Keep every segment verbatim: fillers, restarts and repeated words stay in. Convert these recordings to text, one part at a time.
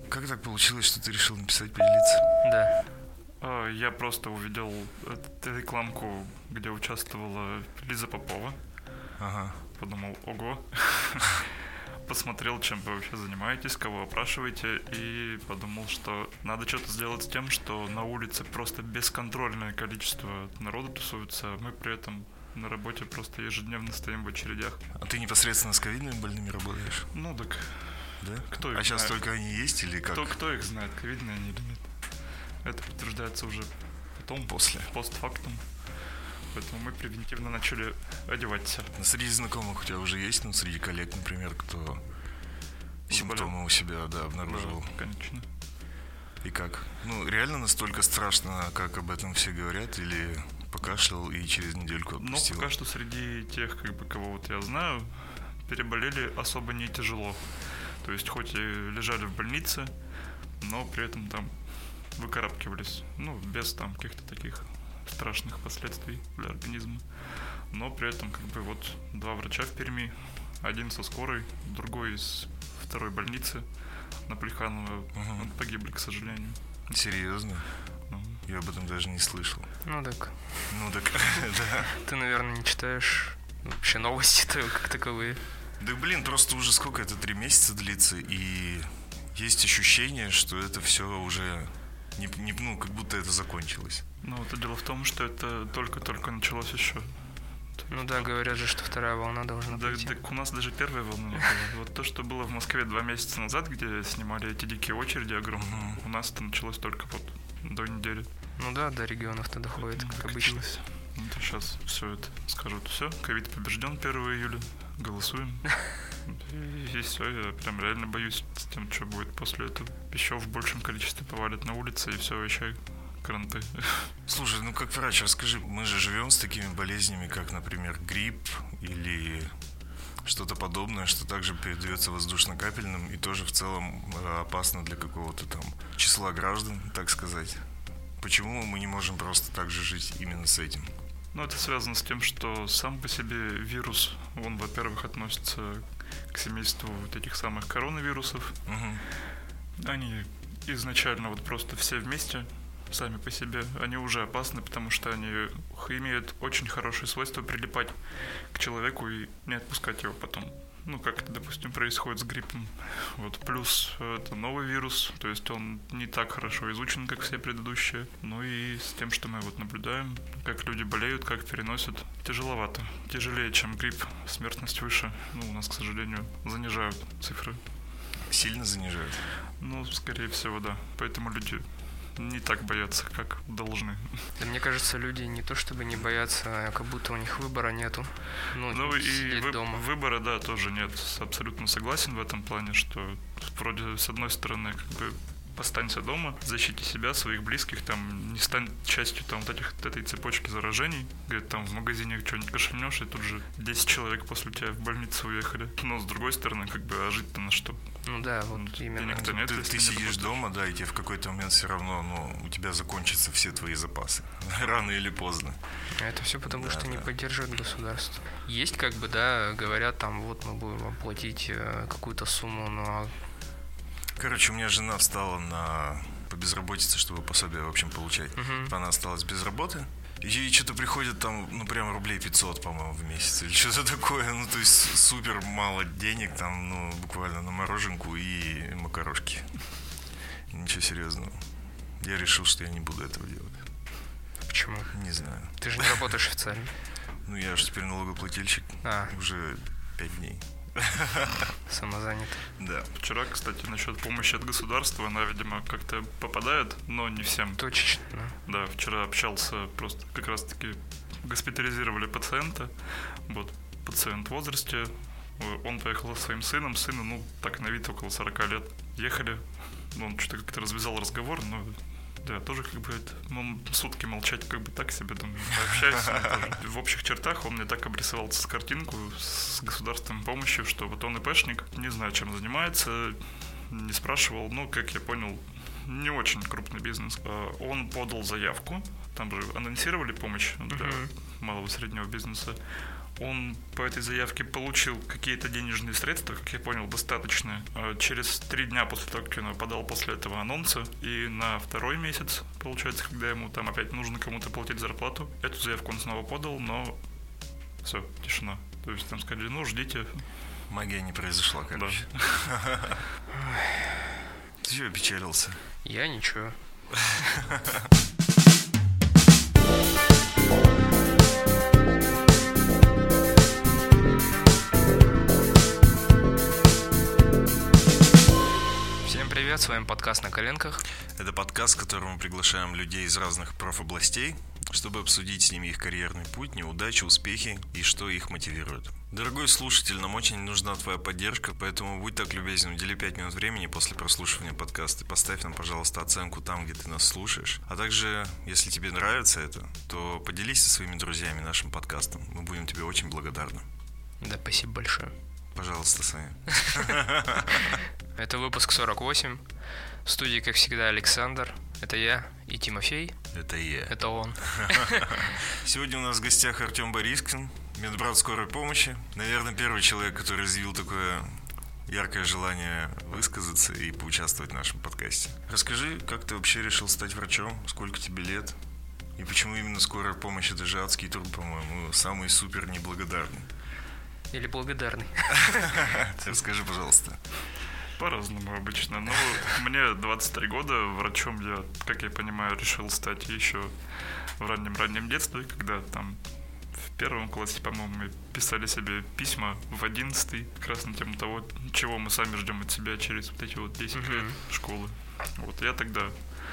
как так получилось, что ты решил написать, поделиться? Да. А, Я просто увидел эту рекламку, где участвовала Лиза Попова. Ага. Подумал, ого. Посмотрел, чем вы вообще занимаетесь, кого опрашиваете, и подумал, что надо что-то сделать с тем, что на улице просто бесконтрольное количество народу тусуется, а мы при этом на работе просто ежедневно стоим в очередях. А ты непосредственно с ковидными больными работаешь? Ну так, Да? кто их А сейчас знает? только они есть или как? Кто, кто их знает, ковидные они или нет? Это подтверждается уже потом, После. постфактум. Поэтому мы превентивно начали одеваться. Ну, среди знакомых у тебя уже есть, ну, среди коллег, например, кто симптомы у себя, да, обнаруживал? Да, конечно. И как? Ну, реально настолько страшно, как об этом все говорят, или покашлял и через недельку Но отпустил? пока что среди тех, как бы, кого вот я знаю, переболели особо не тяжело. То есть хоть и лежали в больнице, но при этом там выкарабкивались. Ну, без там каких-то таких страшных последствий для организма. Но при этом, как бы, вот два врача в Перми, один со скорой, другой из второй больницы на Плеханова, Угу. погибли, к сожалению. Серьезно? Ну, Я об этом даже не слышал. Ну так, Ну так, да. ты, наверное, не читаешь вообще новости-то как таковые. Да блин, просто уже сколько это, три месяца длится, и есть ощущение, что это все уже, не, не, ну, как будто это закончилось. Ну, вот дело в том, что это только-только началось еще. Ну да, говорят же, что вторая волна должна Да, прийти. так у нас даже первая волна не было. Вот то, что было в Москве два месяца назад, где снимали эти дикие очереди огромные, Мгм. у нас это началось только вот до недели. Ну да, до регионов-то доходит, Ну, как обычно. докатилось. Вот сейчас все это скажут. Все, ковид побежден первого июля. Голосуем. И, и все, я прям реально боюсь с тем, что будет после этого. Еще в большем количестве повалят на улице, и все, вообще кранты. Слушай, ну как врач, расскажи, мы же живем с такими болезнями, как, например, грипп или что-то подобное, что также передается воздушно-капельным и тоже в целом э, опасно для какого-то там числа граждан, так сказать. Почему мы не можем просто так же жить именно с этим? Ну, это связано с тем, что сам по себе вирус, он, во-первых, относится к семейству вот этих самых коронавирусов. Угу. Они изначально вот просто все вместе, сами по себе, они уже опасны, потому что они имеют очень хорошее свойство прилипать к человеку и не отпускать его потом. Ну, как это, допустим, происходит с гриппом. Вот, плюс это новый вирус, то есть он не так хорошо изучен, как все предыдущие. Ну и с тем, что мы вот наблюдаем, как люди болеют, как переносят, тяжеловато. Тяжелее, чем грипп, смертность выше. Ну, у нас, к сожалению, занижают цифры. Сильно занижают? Ну, скорее всего, да. Поэтому люди не так боятся, как должны. Да, мне кажется, люди не то чтобы не боятся, а как будто у них выбора нету. Ну, Ну и сидеть вы- дома. выбора, да, тоже нет. Абсолютно согласен в этом плане, что вроде с одной стороны, как бы, останься дома, защити себя, своих близких, там, не стань частью там вот этих, этой цепочки заражений, где там в магазине что-нибудь кашельнешь, и тут же десять человек после тебя в больницу уехали. Но с другой стороны, как бы, а жить-то на что? Ну да, вот именно. Денег-то нет, Ты, если ты не сидишь работаешь. дома, да, и тебе в какой-то момент все равно, ну, у тебя закончатся все твои запасы. Рано или поздно. А это все потому, Да, что не да. поддерживает государство. Есть как бы, да, говорят там, вот мы будем вам платить э, какую-то сумму, ну а Короче, у меня жена встала на по безработице, чтобы пособие, в общем, получать. Мгм. Она осталась без работы. И ей что-то приходит там, ну, прям рублей пятьсот, по-моему, в месяц. Или что-то такое. Ну, то есть супер мало денег там, ну, буквально на мороженку и макарошки. Ничего серьезного. Я решил, что я не буду этого делать. почему? Не знаю. Ты же не работаешь официально. Ну, я же теперь налогоплательщик А, уже пять дней. самозанят. Да. Вчера, кстати, насчет помощи от государства, она, видимо, как-то попадает, но не всем. Точечно. Да, вчера общался, просто как раз-таки госпитализировали пациента. Вот, пациент в возрасте. Он поехал со своим сыном. Сыну, ну, так на вид около сорока лет. Ехали. Он что-то как-то развязал разговор, но да, тоже как бы это, ну, сутки молчать как бы так себе, думаю, общаюсь с ним тоже. В общих чертах он мне так обрисовал с картинку с государственной помощью, что вот он ИПшник, не знаю, чем занимается, не спрашивал, ну, как я понял, не очень крупный бизнес. Он подал заявку, там же анонсировали помощь для Мгм. малого и среднего бизнеса. Он по этой заявке получил какие-то денежные средства, как я понял, достаточно. Через три дня после того, как он подал после этого анонса, и на второй месяц, получается, когда ему там опять нужно кому-то платить зарплату, эту заявку он снова подал, но все, тишина. То есть там сказали, ну, ждите. Магия не произошла, короче. Да. Ты чего опечалился? Я ничего. Всем привет, с вами подкаст «На коленках». Это подкаст, в котором мы приглашаем людей из разных профобластей, чтобы обсудить с ними их карьерный путь, неудачи, успехи и что их мотивирует. Дорогой слушатель, нам очень нужна твоя поддержка, поэтому будь так любезен, удели пять минут времени после прослушивания подкаста и поставь нам, пожалуйста, оценку там, где ты нас слушаешь. А также, если тебе нравится это, то поделись со своими друзьями нашим подкастом. Мы будем тебе очень благодарны. Да, спасибо большое. Пожалуйста, Саня. Это выпуск сорок восемь. В студии, как всегда, Александр. Это я и Тимофей. Это я. Это он. Сегодня у нас в гостях Артем Борискин, медбрат скорой помощи. Наверное, первый человек, который изъявил такое яркое желание высказаться и поучаствовать в нашем подкасте. Расскажи, как ты вообще решил стать врачом? Сколько тебе лет? И почему именно скорая помощь? Это же адский труд, по-моему, самый супер неблагодарный. Или благодарный. Расскажи, пожалуйста. По-разному обычно. Ну, мне двадцать три года, врачом я, как я понимаю, решил стать еще в раннем-раннем детстве, когда там в первом классе, по-моему, мы писали себе письма в одиннадцатый, как раз на тему того, чего мы сами ждем от себя через вот эти вот десять mm-hmm. лет школы. Вот я тогда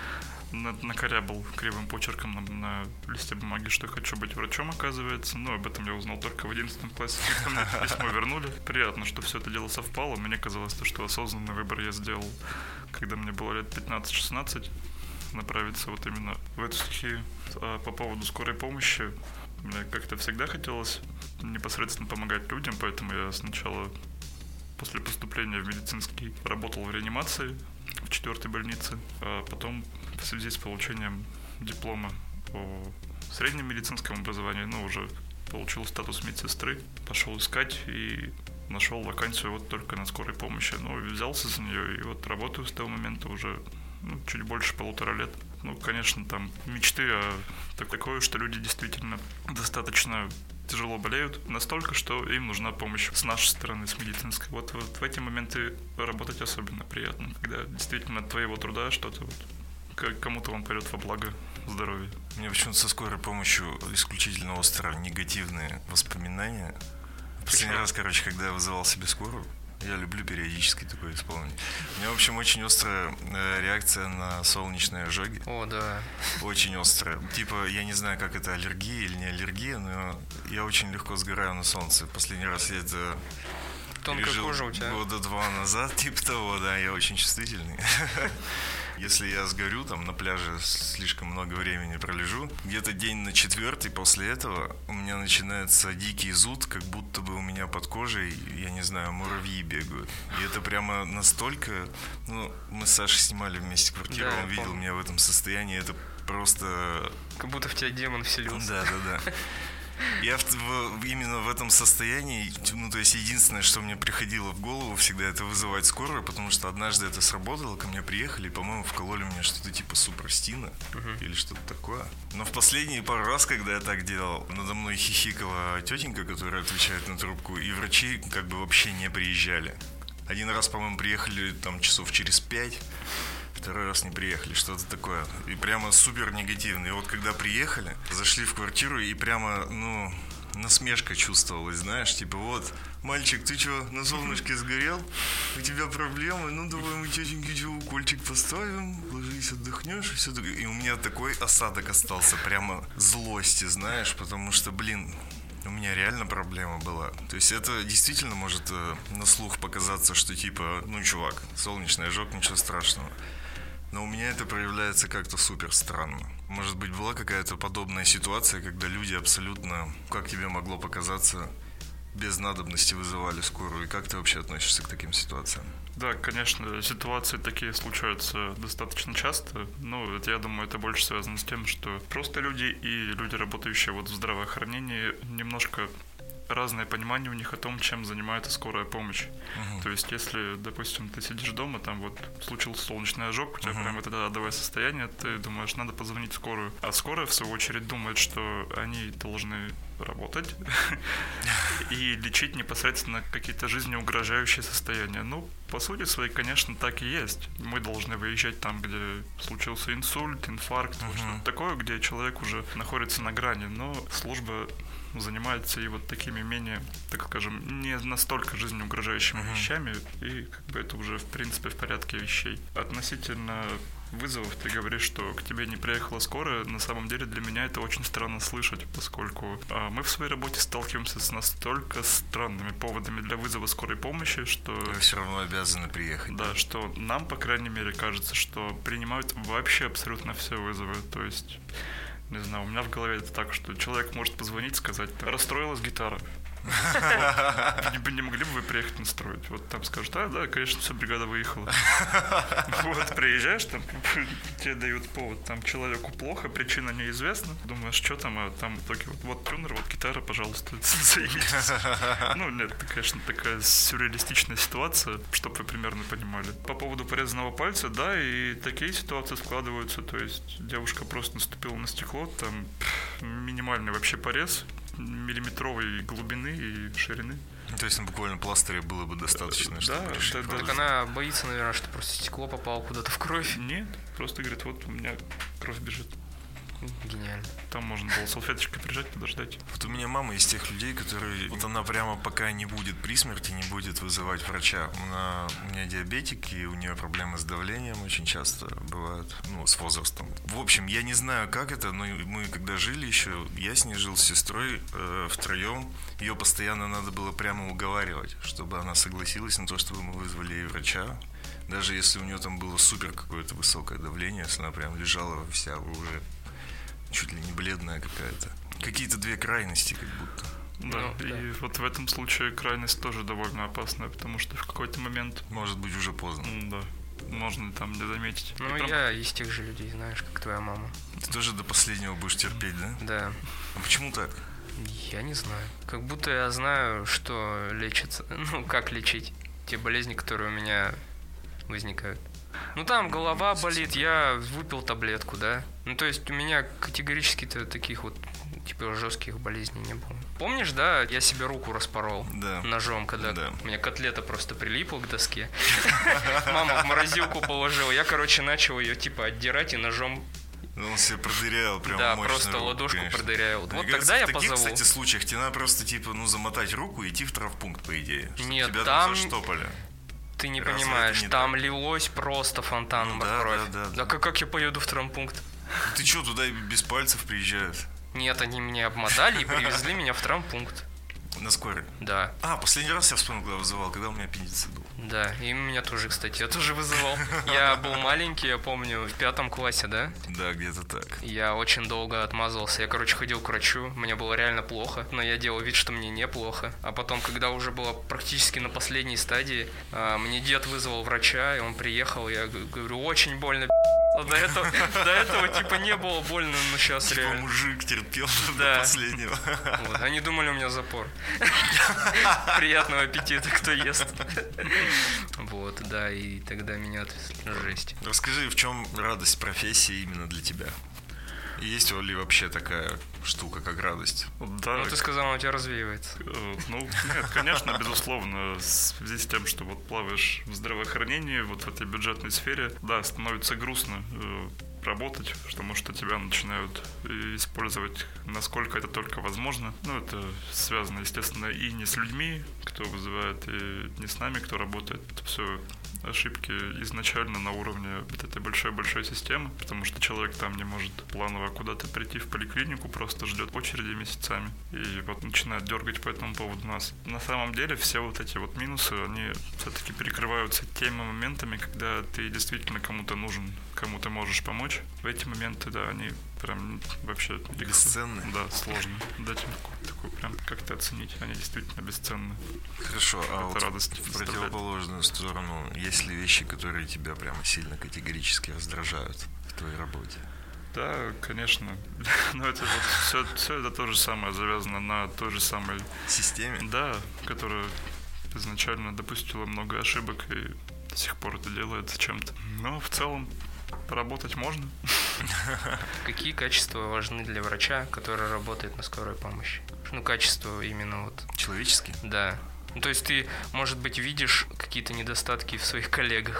накорябал кривым почерком на, на листе бумаги, что хочу быть врачом, оказывается. Но об этом я узнал только в одиннадцатом классе, когда мне письмо вернули. Приятно, что все это дело совпало. Мне казалось, что осознанный выбор я сделал, когда мне было лет пятнадцать-шестнадцать, направиться вот именно в эту стихию. А по поводу скорой помощи, мне как-то всегда хотелось непосредственно помогать людям, поэтому я сначала после поступления в медицинский работал в реанимации в четвертой больнице, а потом в связи с получением диплома о среднем медицинском образовании, ну, уже получил статус медсестры, пошел искать и нашел вакансию вот только на скорой помощи. Ну, взялся за нее и вот работаю с того момента уже ну, чуть больше полутора лет. Ну, конечно, там мечты о такое, что люди действительно достаточно тяжело болеют, настолько, что им нужна помощь с нашей стороны, с медицинской. Вот, вот в эти моменты работать особенно приятно, когда действительно от твоего труда что-то вот, кому-то он пойдет во благо здоровья. У меня почему-то со скорой помощью исключительно остро негативные воспоминания. Последний раз, короче, когда я вызывал себе скорую, я люблю периодически такое исполнение. У меня, в общем, очень острая э, реакция на солнечные ожоги. О, да. Очень острая. Типа, я не знаю, как это, аллергия или не аллергия, но я очень легко сгораю на солнце. Последний раз я это Тонкая кожа у тебя. Года два назад, типа того, да, я очень чувствительный. Если я сгорю, там на пляже слишком много времени пролежу, где-то день на четвертый после этого у меня начинается дикий зуд, как будто бы у меня под кожей, я не знаю, муравьи бегают. И это прямо настолько... Ну, мы с Сашей снимали вместе квартиру, да, он видел помню. Меня в этом состоянии, это просто... Как будто в тебя демон вселился. Да, да, да. Я в, в, именно в этом состоянии, ну, то есть единственное, что мне приходило в голову всегда, это вызывать скорую, потому что однажды это сработало, ко мне приехали, и, по-моему, вкололи мне что-то типа супрастина uh-huh. или что-то такое. Но в последние пару раз, когда я так делал, надо мной хихикала тетенька, которая отвечает на трубку, и врачи как бы вообще не приезжали. Один раз, по-моему, приехали там часов через пять, второй раз не приехали, что-то такое. И прямо супер негативно. И вот когда приехали, зашли в квартиру, и прямо, ну, насмешка чувствовалась, знаешь, типа вот, мальчик, ты что, на солнышке сгорел? У тебя проблемы? Ну, давай мы тетеньке что, укольчик поставим, ложись, отдохнешь, и все такое. И у меня такой осадок остался, прямо злости, знаешь, потому что, блин, у меня реально проблема была. То есть это действительно может э, на слух показаться, что типа, ну, чувак, солнечный ожог, ничего страшного. Но у меня это проявляется как-то супер странно. Может быть, была какая-то подобная ситуация, когда люди абсолютно, как тебе могло показаться, без надобности вызывали скорую. И как ты вообще относишься к таким ситуациям? Да, конечно, ситуации такие случаются достаточно часто. Ну, это, я думаю, это больше связано с тем, что просто люди и люди, работающие вот в здравоохранении, немножко разное понимание у них о том, чем занимается скорая помощь. Uh-huh. То есть, если, допустим, ты сидишь дома, там вот случился солнечный ожог, у тебя uh-huh. прям это адовое состояние, ты думаешь, надо позвонить в скорую. А скорая, в свою очередь, думает, что они должны работать и лечить непосредственно какие-то жизнеугрожающие состояния. Ну, по сути своей, конечно, так и есть. Мы должны выезжать там, где случился инсульт, инфаркт, uh-huh. что-то такое, где человек уже находится на грани. Но служба занимается и вот такими менее, так скажем, не настолько жизнеугрожающими uh-huh. вещами, и как бы это уже, в принципе, в порядке вещей. Относительно вызовов ты говоришь, что к тебе не приехала скорая. На самом деле для меня это очень странно слышать, поскольку а, мы в своей работе сталкиваемся с настолько странными поводами для вызова скорой помощи, что... Вы все равно обязаны приехать. Да, что нам, по крайней мере, кажется, что принимают вообще абсолютно все вызовы. То есть, не знаю, у меня в голове это так, что человек может позвонить, сказать, расстроилась гитара. Вот. Не могли бы вы приехать настроить? Вот там скажут, а, да, конечно, все, бригада выехала. Вот, приезжаешь, там тебе дают повод, там человеку плохо, причина неизвестна. Думаешь, что там, а там в итоге вот, вот тюнер, вот гитара, пожалуйста, займитесь. Ну, нет, это, конечно, такая сюрреалистичная ситуация, чтобы вы примерно понимали. По поводу порезанного пальца, да, и такие ситуации складываются, то есть девушка просто наступила на стекло, там минимальный вообще порез, миллиметровой глубины и ширины. То есть, ну, буквально пластыря было бы достаточно, чтобы да, решить да, проблему. Так она боится, наверное, что просто стекло попало куда-то в кровь. Нет, просто говорит, вот у меня кровь бежит. Гениально. Там можно было салфеточкой прижать, подождать. Вот у меня мама из тех людей, которые... Вот она прямо пока не будет при смерти, не будет вызывать врача. Она, у меня диабетик, и у нее проблемы с давлением очень часто бывают, ну, с возрастом. В общем, я не знаю, как это, но мы когда жили еще, я с ней жил с сестрой э, втроем. Ее постоянно надо было прямо уговаривать, чтобы она согласилась на то, чтобы мы вызвали ей врача. Даже если у нее там было супер какое-то высокое давление, если она прям лежала вся уже... чуть ли не бледная какая-то. Какие-то две крайности как будто. Да, ну, и да. Вот в этом случае крайность тоже довольно опасная, потому что в какой-то момент... Может быть, уже поздно. Да, можно там не заметить. Ну, и я там... из тех же людей, знаешь, как твоя мама. Ты тоже до последнего будешь терпеть, да? Да. А почему так? Я не знаю. Как будто я знаю, что лечится, ну, как лечить те болезни, которые у меня возникают. Ну, там голова болит, я выпил таблетку, да. Ну, то есть у меня категорически-то таких вот, типа, жестких болезней не было. Помнишь, да, я себе руку распорол да. ножом, когда да. у меня котлета просто прилипла к доске. Мама в морозилку положила. Я, короче, начал ее, типа, отдирать и ножом... Он себе продырял прям да, мощную просто руку, ладошку конечно. продырял. Вот кажется, тогда я позову. В таких, позову. кстати, случаях тебе надо просто, типа, ну, замотать руку и идти в травмпункт, по идее. Чтобы Нет, тебя там... там заштопали. Ты не Разве понимаешь, не там так? лилось просто фонтаном ну, да, кровь. Да, да, да да. как, как я поеду в травмпункт? Ну, ты что, туда без пальцев приезжают? Нет, они меня обмотали и привезли меня в травмпункт. На скорой? Да. А, последний раз я вспомнил, когда вызывал, когда у меня аппендицит был. Да, и меня тоже, кстати, я тоже вызывал. Я был маленький, я помню, в пятом классе, да? Да, где-то так. Я очень долго отмазывался. Я, короче, ходил к врачу, мне было реально плохо, но я делал вид, что мне неплохо. А потом, когда уже было практически на последней стадии, мне дед вызвал врача, и он приехал, я говорю, очень больно, до этого, до этого, типа, не было больно, но сейчас типа реально. Мужик терпел да. до последнего. Вот. Они думали, у меня запор. Приятного аппетита, кто ест. Вот, да, и тогда меня отвезли. Жесть. Расскажи, в чем радость профессии именно для тебя? И есть ли вообще такая штука, как радость? Да. Ну, ты сказал, она у тебя развеивается. Ну, нет, конечно, безусловно, в связи с тем, что вот плаваешь в здравоохранении, вот в этой бюджетной сфере, да, становится грустно работать, потому что тебя начинают использовать, насколько это только возможно. Ну, это связано, естественно, и не с людьми, кто вызывает, и не с нами, кто работает. Это все ошибки изначально на уровне вот этой большой-большой системы, потому что человек там не может планово куда-то прийти в поликлинику, просто ждет очереди месяцами и вот начинает дергать по этому поводу нас. На самом деле все вот эти вот минусы, они все-таки перекрываются теми моментами, когда ты действительно кому-то нужен, кому ты можешь помочь. В эти моменты, да, они прям вообще бесценны. Да, сложно дать им такую прям как-то оценить. Они действительно бесценны. Хорошо, а это вот радость в противоположную сторону, есть ли вещи, которые тебя прямо сильно категорически раздражают в твоей работе? Да, конечно. Но это вот все, все это то же самое завязано на той же самой системе. Да, которая изначально допустила много ошибок и до сих пор это делает зачем-то. Но в целом поработать можно. Какие качества важны для врача, который работает на скорой помощи? Ну, качество именно вот... Человеческие? Да. Ну, то есть ты, может быть, видишь какие-то недостатки в своих коллегах?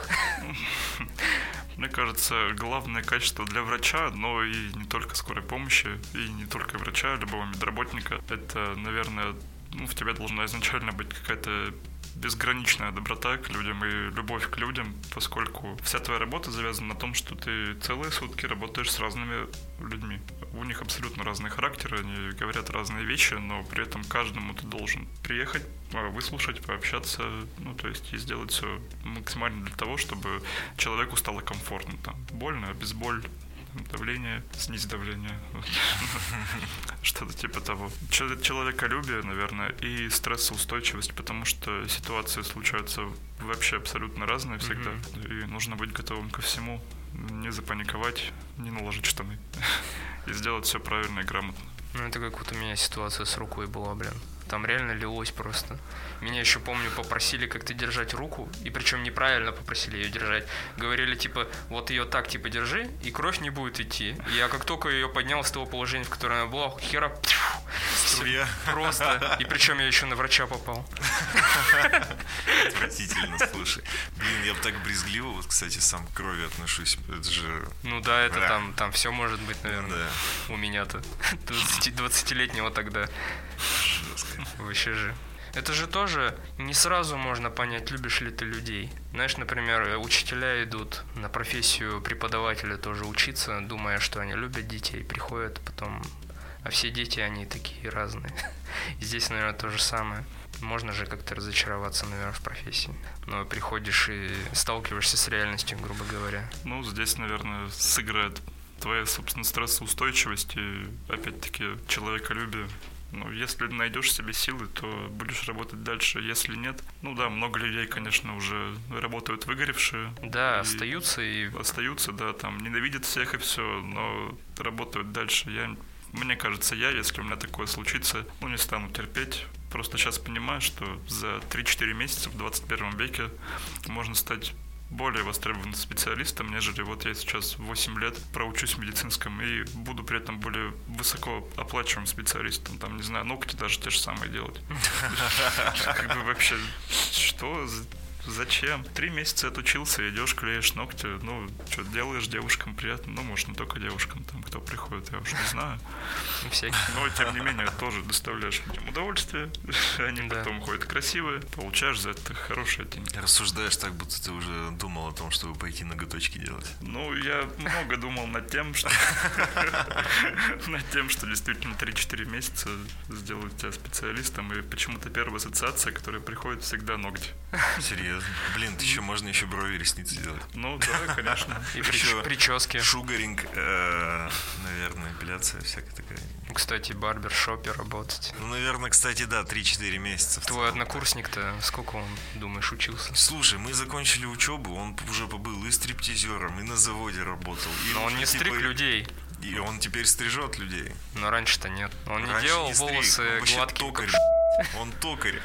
Мне кажется, главное качество для врача, но и не только скорой помощи, и не только врача, любого медработника, это, наверное, ну, в тебе должна изначально быть какая-то безграничная доброта к людям и любовь к людям, поскольку вся твоя работа завязана на том, что ты целые сутки работаешь с разными людьми. У них абсолютно разные характеры, они говорят разные вещи, но при этом каждому ты должен приехать, выслушать, пообщаться, ну, то есть и сделать все максимально для того, чтобы человеку стало комфортно. Там, больно, обезболь, давление, снизь давление, что-то типа того. Человеколюбие, наверное, и стрессоустойчивость, потому что ситуации случаются вообще абсолютно разные всегда, и нужно быть готовым ко всему, не запаниковать, не наложить штаны и сделать все правильно и грамотно. Ну, это как вот у меня ситуация с рукой была, блин. Там реально лилось просто. Меня еще, помню, попросили как-то держать руку, и причем неправильно попросили ее держать. Говорили, типа, вот ее так, типа, держи, и кровь не будет идти. И я как только ее поднял с того положения, в котором она была, хера... Струя. Просто. И причем я еще на врача попал. Отвратительно, слушай. Блин, я бы так брезгливо, вот, кстати, сам к крови отношусь. Это же... Ну да, это да. там, там все может быть, наверное. Да. У меня-то. двадцатилетнего тогда. Жестко. Вообще же. Это же тоже не сразу можно понять, любишь ли ты людей. Знаешь, например, учителя идут на профессию преподавателя тоже учиться, думая, что они любят детей, приходят потом, а все дети, они такие разные. И здесь, наверное, то же самое. Можно же как-то разочароваться, наверное, в профессии. Но приходишь и сталкиваешься с реальностью, грубо говоря. Ну, здесь, наверное, сыграет твоя, собственно, стрессоустойчивость и, опять-таки, человеколюбие. Ну, если найдешь в себе силы, то будешь работать дальше. Если нет, ну да, много людей, конечно, уже работают выгоревшие. Да, и остаются и... Остаются, да, там, ненавидят всех и все, но работают дальше. Я, мне кажется, я, если у меня такое случится, ну, не стану терпеть. Просто сейчас понимаю, что за три-четыре месяца в двадцать первом веке можно стать более востребованным специалистом, нежели вот я сейчас восемь лет проучусь в медицинском и буду при этом более высоко оплачиваемым специалистом. Там, не знаю, ногти даже те же самые делать. Как бы вообще, что... Зачем? Три месяца отучился, идешь, клеишь ногти, ну, что делаешь девушкам приятно, ну, может, не только девушкам, там, кто приходит, я уж не знаю. Но, тем не менее, тоже доставляешь людям удовольствие, они да. потом ходят красивые, получаешь за это хорошие деньги. Рассуждаешь так, будто ты уже думал о том, чтобы пойти ноготочки делать. Ну, я много думал над тем, что над тем, что действительно три-четыре месяца сделают тебя специалистом, и почему-то первая ассоциация, которая приходит, всегда ногти. Серьезно? Блин, ты еще можно еще брови и ресницы делать. Ну да, конечно. И еще прически. Шугаринг, э, наверное, эпиляция всякая такая. Кстати, в барбершопе работать. Ну, наверное, кстати, да, три-четыре месяца. Твой однокурсник-то сколько он, думаешь, учился? Слушай, мы закончили учебу, он уже побыл и стриптизером, и на заводе работал. И но он не типа, стриг людей. И он теперь стрижет людей. Но раньше-то нет. Он раньше не делал не волосы гладкими. Токарь. Он токарь.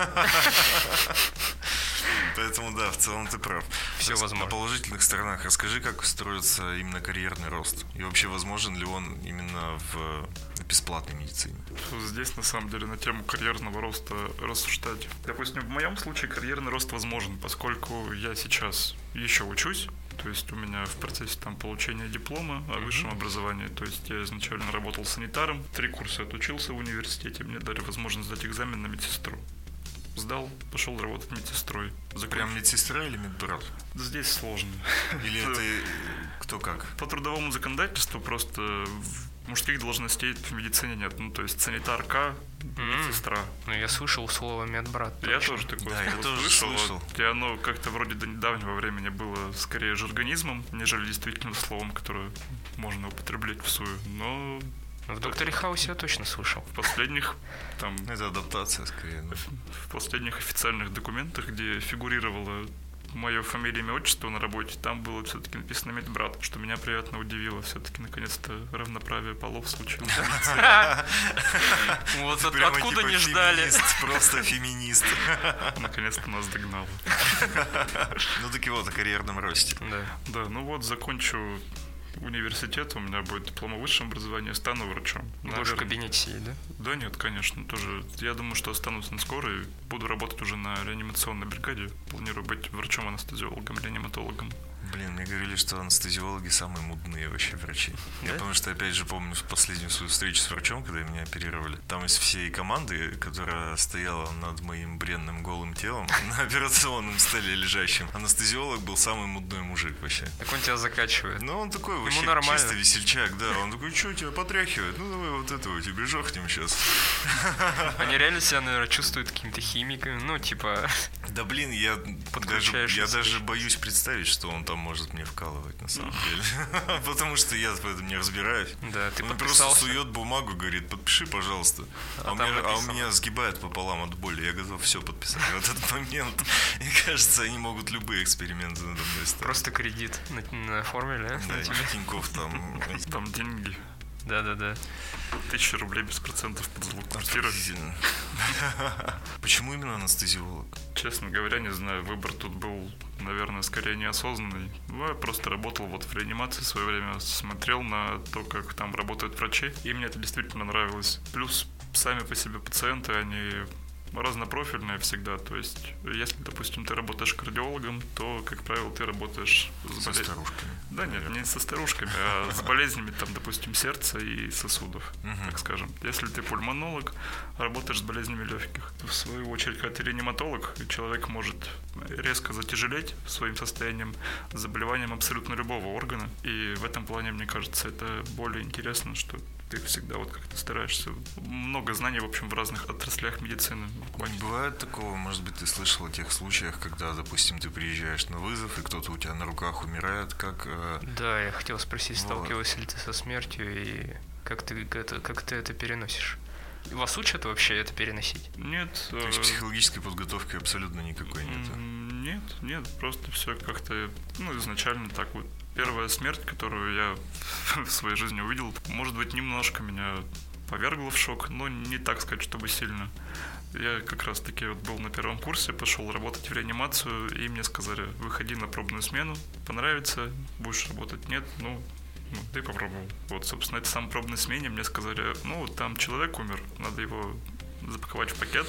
Поэтому да, в целом ты прав. Все возможно. На положительных сторонах расскажи, как строится именно карьерный рост. И вообще возможен ли он именно в бесплатной медицине? Здесь на самом деле на тему карьерного роста рассуждать. Допустим, в моем случае карьерный рост возможен, поскольку я сейчас еще учусь. То есть у меня в процессе там получения диплома о высшем mm-hmm. образовании. То есть я изначально работал санитаром, три курса отучился в университете, мне дали возможность сдать экзамен на медсестру. Сдал, пошел работать медсестрой. Закончил. Прям медсестра или медбрат? Здесь сложно. Или это кто как? По трудовому законодательству просто мужских должностей в медицине нет. Ну, то есть санитарка, медсестра. Ну, я слышал слово медбрат. Я тоже такое да, я тоже слышал. слышал. И оно как-то вроде до недавнего времени было скорее жаргонизмом, нежели действительно словом, которое можно употреблять в свою. Но... В «Докторе Хаусе» я точно слышал. В последних там... Это адаптация, скорее. Да. В последних официальных документах, где фигурировало мое фамилия, имя, отчество на работе, там было все-таки написано медбрат, что меня приятно удивило. Все-таки наконец-то равноправие полов случилось. Вот откуда не ждали. Просто феминист. Наконец-то нас догнало. Ну таки вот, о карьерном росте. Да, ну вот, закончу университет, у меня будет диплом о высшем образовании, стану врачом. Будешь в кабинете сидеть, да? Да нет, конечно, тоже. Я думаю, что останусь на скорой, буду работать уже на реанимационной бригаде. Планирую быть врачом-анестезиологом, реаниматологом. Блин, мне говорили, что анестезиологи самые мудные вообще врачи. Да? Я потому что, опять же, помню последнюю свою встречу с врачом, когда меня оперировали. Там из всей команды, которая стояла над моим бренным голым телом на операционном столе лежащем, анестезиолог был самый мудной мужик вообще. Так он тебя закачивает. Ну, он такой вообще чисто весельчак, да. Он такой, что тебя потряхивает? Ну, давай вот этого тебе жахнем сейчас. Они реально себя, наверное, чувствуют какими-то химиками, ну, типа... Да, блин, я даже, я даже боюсь представить, что он там может мне вкалывать, на самом деле. Потому что я в этом не разбираюсь. Да, ты Он просто сует бумагу, говорит, подпиши, пожалуйста. А, а, у, меня, а у меня сгибает пополам от боли. Я готов все подписать. В этот момент, мне кажется, они могут любые эксперименты надо мной ставить. Просто кредит на, на формуле, да? Да, Тинькофф там. Там деньги. Да-да-да. Тысяча рублей без процентов под залог квартиры. Почему именно анестезиолог? Честно говоря, не знаю. Выбор тут был, наверное, скорее неосознанный. Ну, я просто работал вот в реанимации в свое время, смотрел на то, как там работают врачи, и мне это действительно нравилось. Плюс сами по себе пациенты, они разнопрофильные всегда. То есть, если, допустим, ты работаешь кардиологом, то, как правило, ты работаешь с со болез... старушками. Да, нет, не со старушками, а с болезнями, там, допустим, сердца и сосудов, так скажем. Если ты пульмонолог, работаешь с болезнями легких. В свою очередь, когда ты реаниматолог, человек может резко затяжелеть своим состоянием, заболеванием абсолютно любого органа. И в этом плане, мне кажется, это более интересно, что ты всегда вот как-то стараешься. Много знаний, в общем, в разных отраслях медицины. Не бывает такого, может быть, ты слышал о тех случаях, когда, допустим, ты приезжаешь на вызов, и кто-то у тебя на руках умирает, как... Э... Да, я хотел спросить, вот. Сталкивался ли ты со смертью, и как ты это, как ты это переносишь? Вас учат вообще это переносить? Нет. То есть психологической подготовки абсолютно никакой нет? Нет, нет, просто все как-то, ну, изначально так вот. Первая смерть, которую я в своей жизни увидел, может быть, немножко меня повергла в шок, но не так сказать, чтобы сильно. Я как раз-таки вот был на первом курсе, пошел работать в реанимацию, и мне сказали, выходи на пробную смену, понравится, будешь работать, нет, ну, ну ты попробовал. Вот, собственно, это сам пробной смене мне сказали, ну, там человек умер, надо его запаковать в пакет.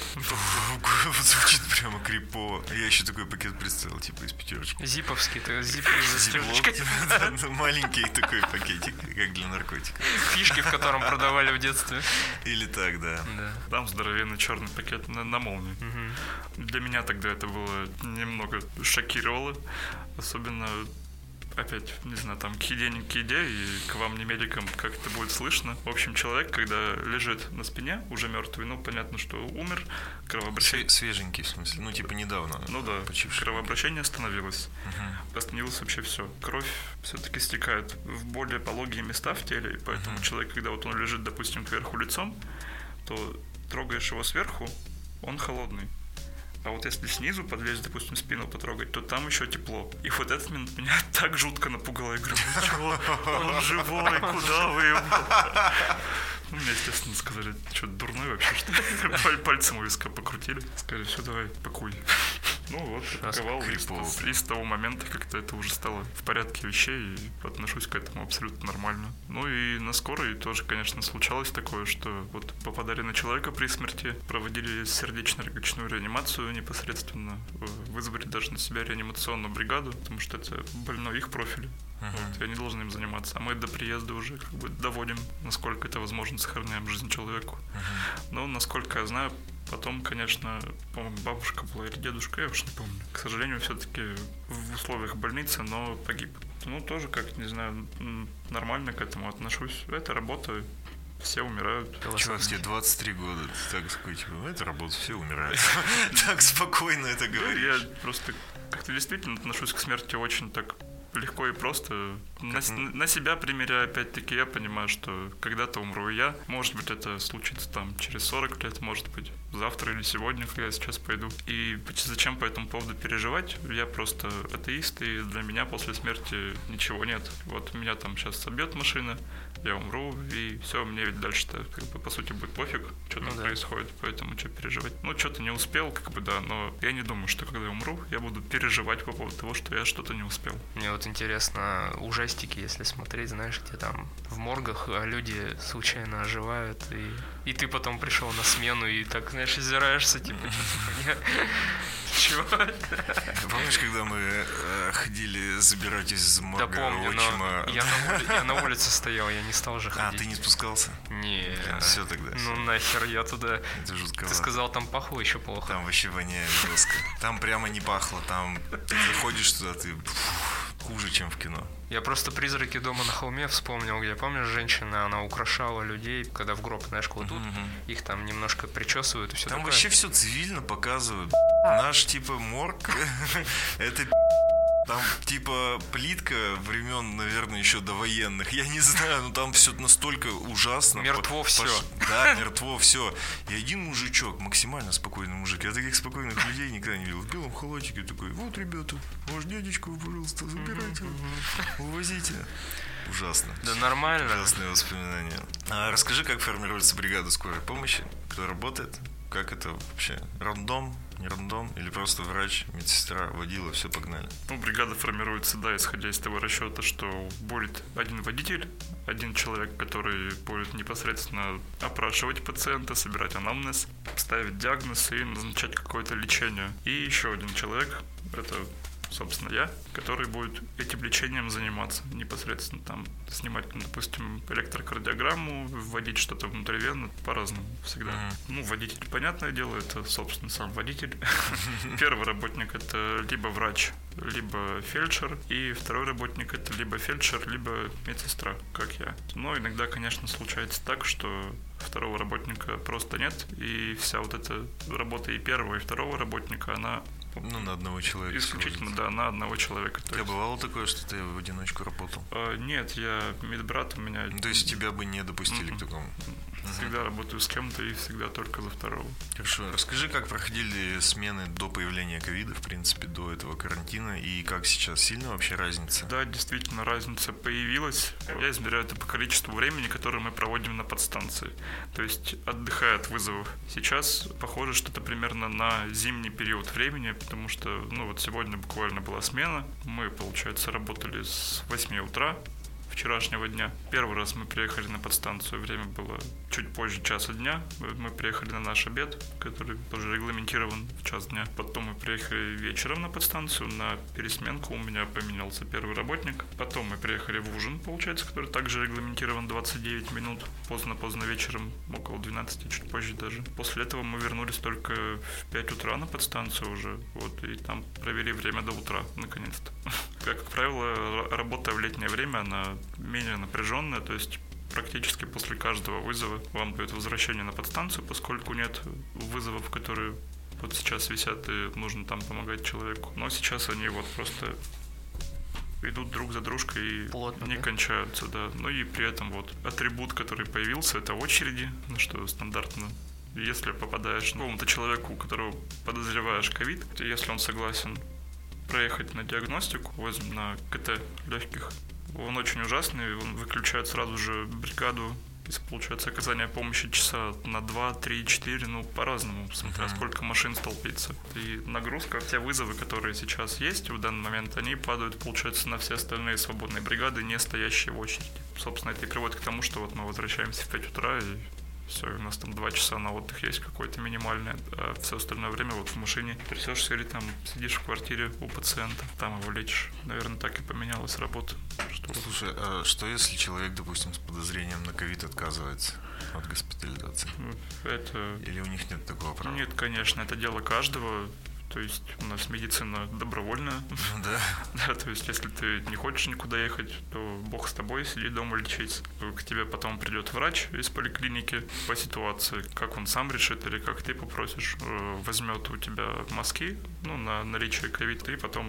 Звучит прямо крипово. Я еще такой пакет представил, типа из пятерочки. Зиповский, то есть зип с застежечкой. Маленький такой пакетик, как для наркотиков. Фишки, в котором продавали в детстве. Или так, да. Там здоровенный черный пакет на молнии. Для меня тогда это было немного шокировало. Особенно опять, не знаю, там, к еде, не к еде, и к вам, не медикам, как это будет слышно. В общем, человек, когда лежит на спине, уже мертвый, ну, понятно, что умер, кровообращение... Свеженький, в смысле, ну, типа, недавно. Ну, да, почивший. Кровообращение остановилось. Угу. Остановилось вообще все. Кровь все-таки стекает в более пологие места в теле, и поэтому угу. человек, когда вот он лежит, допустим, кверху лицом, то трогаешь его сверху, он холодный. А вот если снизу подлезть, допустим, спину потрогать, то там еще тепло. И вот этот момент меня так жутко напугало. Я говорю, ну чего? Он живой, куда вы его? Ну, мне, естественно, сказали, что, дурной вообще, что ли? Пальцем у виска покрутили. Сказали, все, давай, пакуй. Ну вот, паковал. И с того момента как-то это уже стало в порядке вещей, и отношусь к этому абсолютно нормально. Ну и на скорой тоже, конечно, случалось такое, что вот попадали на человека при смерти, проводили сердечно-легочную реанимацию непосредственно, вызвали даже на себя реанимационную бригаду, потому что это больной их профиль. Uh-huh. Вот, и они должны им заниматься. А мы до приезда уже как бы доводим, насколько это возможно, сохраняем жизнь человеку. Uh-huh. Но, насколько я знаю, потом, конечно, по-моему, бабушка была или дедушка, я уж не помню. К сожалению, все-таки в условиях больницы, но погиб. Ну, тоже, как, не знаю, нормально к этому отношусь. Это работа, все умирают. Чувак, тебе двадцать три года, ты так такой, типа, это работа, все умирают. Так спокойно это говоришь. Я просто как-то действительно отношусь к смерти очень так легко и просто. На, на себя примеряя, опять-таки, я понимаю, что когда-то умру я. Может быть, это случится там через сорок лет, может быть, завтра или сегодня, когда я сейчас пойду. И зачем по этому поводу переживать? Я просто атеист, и для меня после смерти ничего нет. Вот меня там сейчас собьет машина, я умру, и все, мне ведь дальше-то, как бы, по сути, будет пофиг, что там ну, да. происходит, поэтому что переживать. Ну, что-то не успел, как бы, да, но я не думаю, что когда я умру, я буду переживать по поводу того, что я что-то не успел. Мне вот интересно, ужастики, если смотреть, знаешь, где там в моргах люди случайно оживают, и, и ты потом пришел на смену, и так, знаешь, озираешься, типа, чего? Помнишь, когда мы э, ходили забирать из морга да, помню, отчима? Я на, ули... я на улице стоял, я не стал же ходить. А, ты не спускался? Не. Блин, все тогда. Ну нахер я туда. Это жутковато. Ты сказал, там пахло еще плохо. Там вообще воняет жестко. Там прямо не пахло. Там ты заходишь туда, ты хуже, чем в кино. Я просто «Призраки дома на холме» вспомнил, где, помнишь, женщина, она украшала людей, когда в гроб, знаешь, кладут, uh-huh. их там немножко причесывают и все там такое. Вообще все цивильно показывают. Наш, типа, морг, это там, типа, плитка времен, наверное, еще довоенных. Я не знаю, но там все настолько ужасно. Мертво все. Да, мертво все. И один мужичок, максимально спокойный мужик. Я таких спокойных людей никогда не видел. В белом халатике такой: вот, ребята, ваш дядечку, пожалуйста, забирайте, увозите. Ужасно. Да нормально. Ужасные воспоминания. А расскажи, как формируется бригада скорой помощи? Кто работает? Как это вообще? Рандом? Не рандом? Или просто врач, медсестра, водила, все, погнали? Ну, бригада формируется, да, исходя из того расчета, что будет один водитель, один человек, который будет непосредственно опрашивать пациента, собирать анамнез, ставить диагноз и назначать какое-то лечение. И еще один человек, это, собственно, я, который будет этим лечением заниматься непосредственно, там, снимать, допустим, электрокардиограмму, вводить что-то внутривенно, по-разному всегда. Uh-huh. Ну, водитель, понятное дело, это, собственно, сам водитель. Первый работник — это либо врач, либо фельдшер, и второй работник — это либо фельдшер, либо медсестра, как я. Но иногда, конечно, случается так, что второго работника просто нет, и вся вот эта работа и первого, и второго работника, она ну, на одного человека. Исключительно, да, на одного человека. У тебя бывало такое, что ты в одиночку работал? А, нет, я медбрат, у меня... Ну, то есть тебя бы не допустили mm-hmm. к такому? Всегда mm-hmm. работаю с кем-то и всегда только за второго. Хорошо. Расскажи, как проходили смены до появления ковида, в принципе, до этого карантина, и как сейчас? Сильно вообще разница? Да, действительно, разница появилась. Я измеряю это по количеству времени, которое мы проводим на подстанции. То есть, отдыхая от вызовов. Сейчас похоже, что это примерно на зимний период времени, потому что, ну, вот сегодня буквально была смена. Мы, получается, работали с восьми утра вчерашнего дня. Первый раз мы приехали на подстанцию, время было чуть позже часа дня. Мы приехали на наш обед, который тоже регламентирован в час дня. Потом мы приехали вечером на подстанцию, на пересменку. У меня поменялся первый работник. Потом мы приехали в ужин, получается, который также регламентирован двадцать девять минут. Поздно-поздно вечером, около двенадцати, чуть позже даже. После этого мы вернулись только в пять утра на подстанцию уже. Вот, и там провели время до утра, наконец-то. Как правило, работа в летнее время, она менее напряженная, то есть практически после каждого вызова вам дают возвращение на подстанцию, поскольку нет вызовов, которые вот сейчас висят, и нужно там помогать человеку. Но сейчас они вот просто идут друг за дружкой и плотно, не да? кончаются, да. Ну и при этом вот атрибут, который появился, это очереди, ну что стандартно. Если попадаешь к какому-то человеку, у которого подозреваешь ковид, если он согласен проехать на диагностику, возьмем на КТ легких, он очень ужасный, он выключает сразу же бригаду, если получается оказание помощи часа на два, три, четыре, ну по-разному, смотря uh-huh. сколько машин столпится. И нагрузка, те вызовы, которые сейчас есть в данный момент, они падают, получается, на все остальные свободные бригады, не стоящие в очереди. Собственно, это и приводит к тому, что вот мы возвращаемся в пять утра, и все, у нас там два часа на отдых есть какой-то минимальный, а все остальное время вот в машине трясешься или там сидишь в квартире у пациента, там его лечишь. Наверное, так и поменялась работа. Что Слушай, а что если человек, допустим, с подозрением на ковид отказывается от госпитализации? Это... Или у них нет такого права? Нет, конечно, это дело каждого. То есть у нас медицина добровольная. Да. Да, то есть если ты не хочешь никуда ехать, то бог с тобой, сиди дома лечись. К тебе потом придет врач из поликлиники по ситуации, как он сам решит или как ты попросишь, возьмет у тебя мазки, ну, на наличие ковида, и потом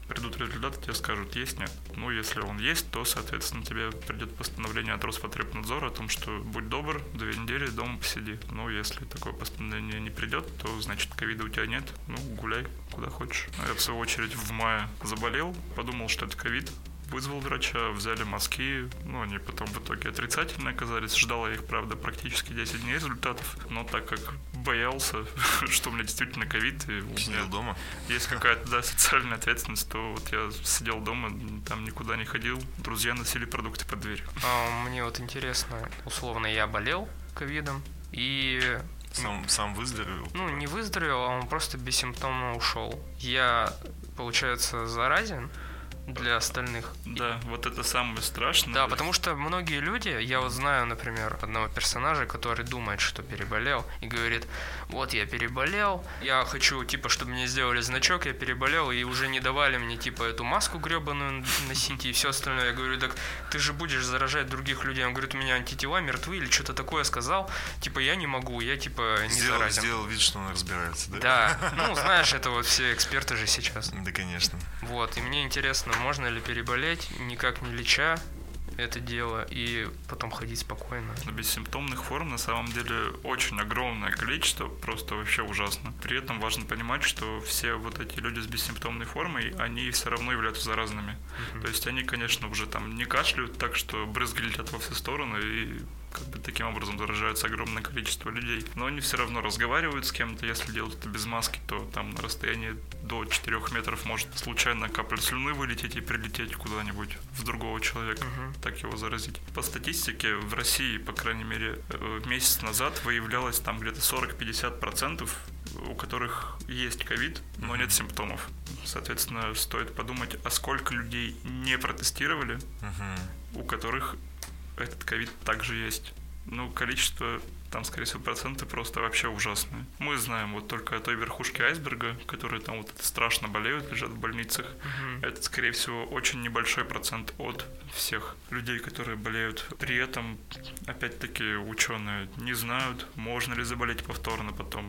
придут результаты, тебе скажут, есть, нет. Ну, если он есть, то, соответственно, тебе придет постановление от Роспотребнадзора о том, что будь добр, две недели дома посиди. Ну, если такое постановление не придет, то, значит, ковида у тебя нет, ну, гуляй куда хочешь. Я, в свою очередь, в мае заболел, подумал, что это ковид. Вызвал врача, взяли мазки, ну, они потом в итоге отрицательные оказались. Ждал я их, правда, практически десять дней результатов, но так как боялся, что у меня действительно ковид, и у Сидел меня дома? есть какая-то, да, социальная ответственность, то вот я сидел дома, там никуда не ходил, друзья носили продукты под дверью. А, мне вот интересно, условно, я болел ковидом, и... Сам, сам выздоровел? Ну, не выздоровел, а он просто бессимптомно ушел. Я, получается, заразен для остальных. Да, вот это самое страшное. Да, потому что многие люди, я вот знаю, например, одного персонажа, который думает, что переболел, и говорит, вот я переболел, я хочу, типа, чтобы мне сделали значок, я переболел, и уже не давали мне, типа, эту маску гребаную носить и все остальное. Я говорю, так ты же будешь заражать других людей. Он говорит, у меня антитела мертвы или что-то такое сказал, типа, я не могу, я, типа, не сделал, заразен. Сделал вид, что он разбирается, да? Да, ну, знаешь, это вот все эксперты же сейчас. Да, конечно. Вот, и мне интересно, можно ли переболеть, никак не леча это дело, и потом ходить спокойно. Бессимптомных форм на самом деле очень огромное количество, просто вообще ужасно. При этом важно понимать, что все вот эти люди с бессимптомной формой, они все равно являются заразными. Mm-hmm. То есть они, конечно, уже там не кашляют так, что брызги летят во все стороны, и как бы таким образом заражается огромное количество людей. Но они все равно разговаривают с кем-то, если делают это без маски, то там на расстоянии до четырёх метров может случайно капля слюны вылететь и прилететь куда-нибудь в другого человека, uh-huh. так его заразить. По статистике в России, по крайней мере, месяц назад выявлялось там где-то сорок-пятьдесят процентов, у которых есть ковид, но uh-huh. нет симптомов. Соответственно, стоит подумать, а сколько людей не протестировали, uh-huh. у которых этот ковид также есть. Ну, количество, там, скорее всего, проценты просто вообще ужасные. Мы знаем вот только о той верхушке айсберга, которые там вот страшно болеют, лежат в больницах. Mm-hmm. Это, скорее всего, очень небольшой процент от всех людей, которые болеют. При этом, опять-таки, ученые не знают, можно ли заболеть повторно потом.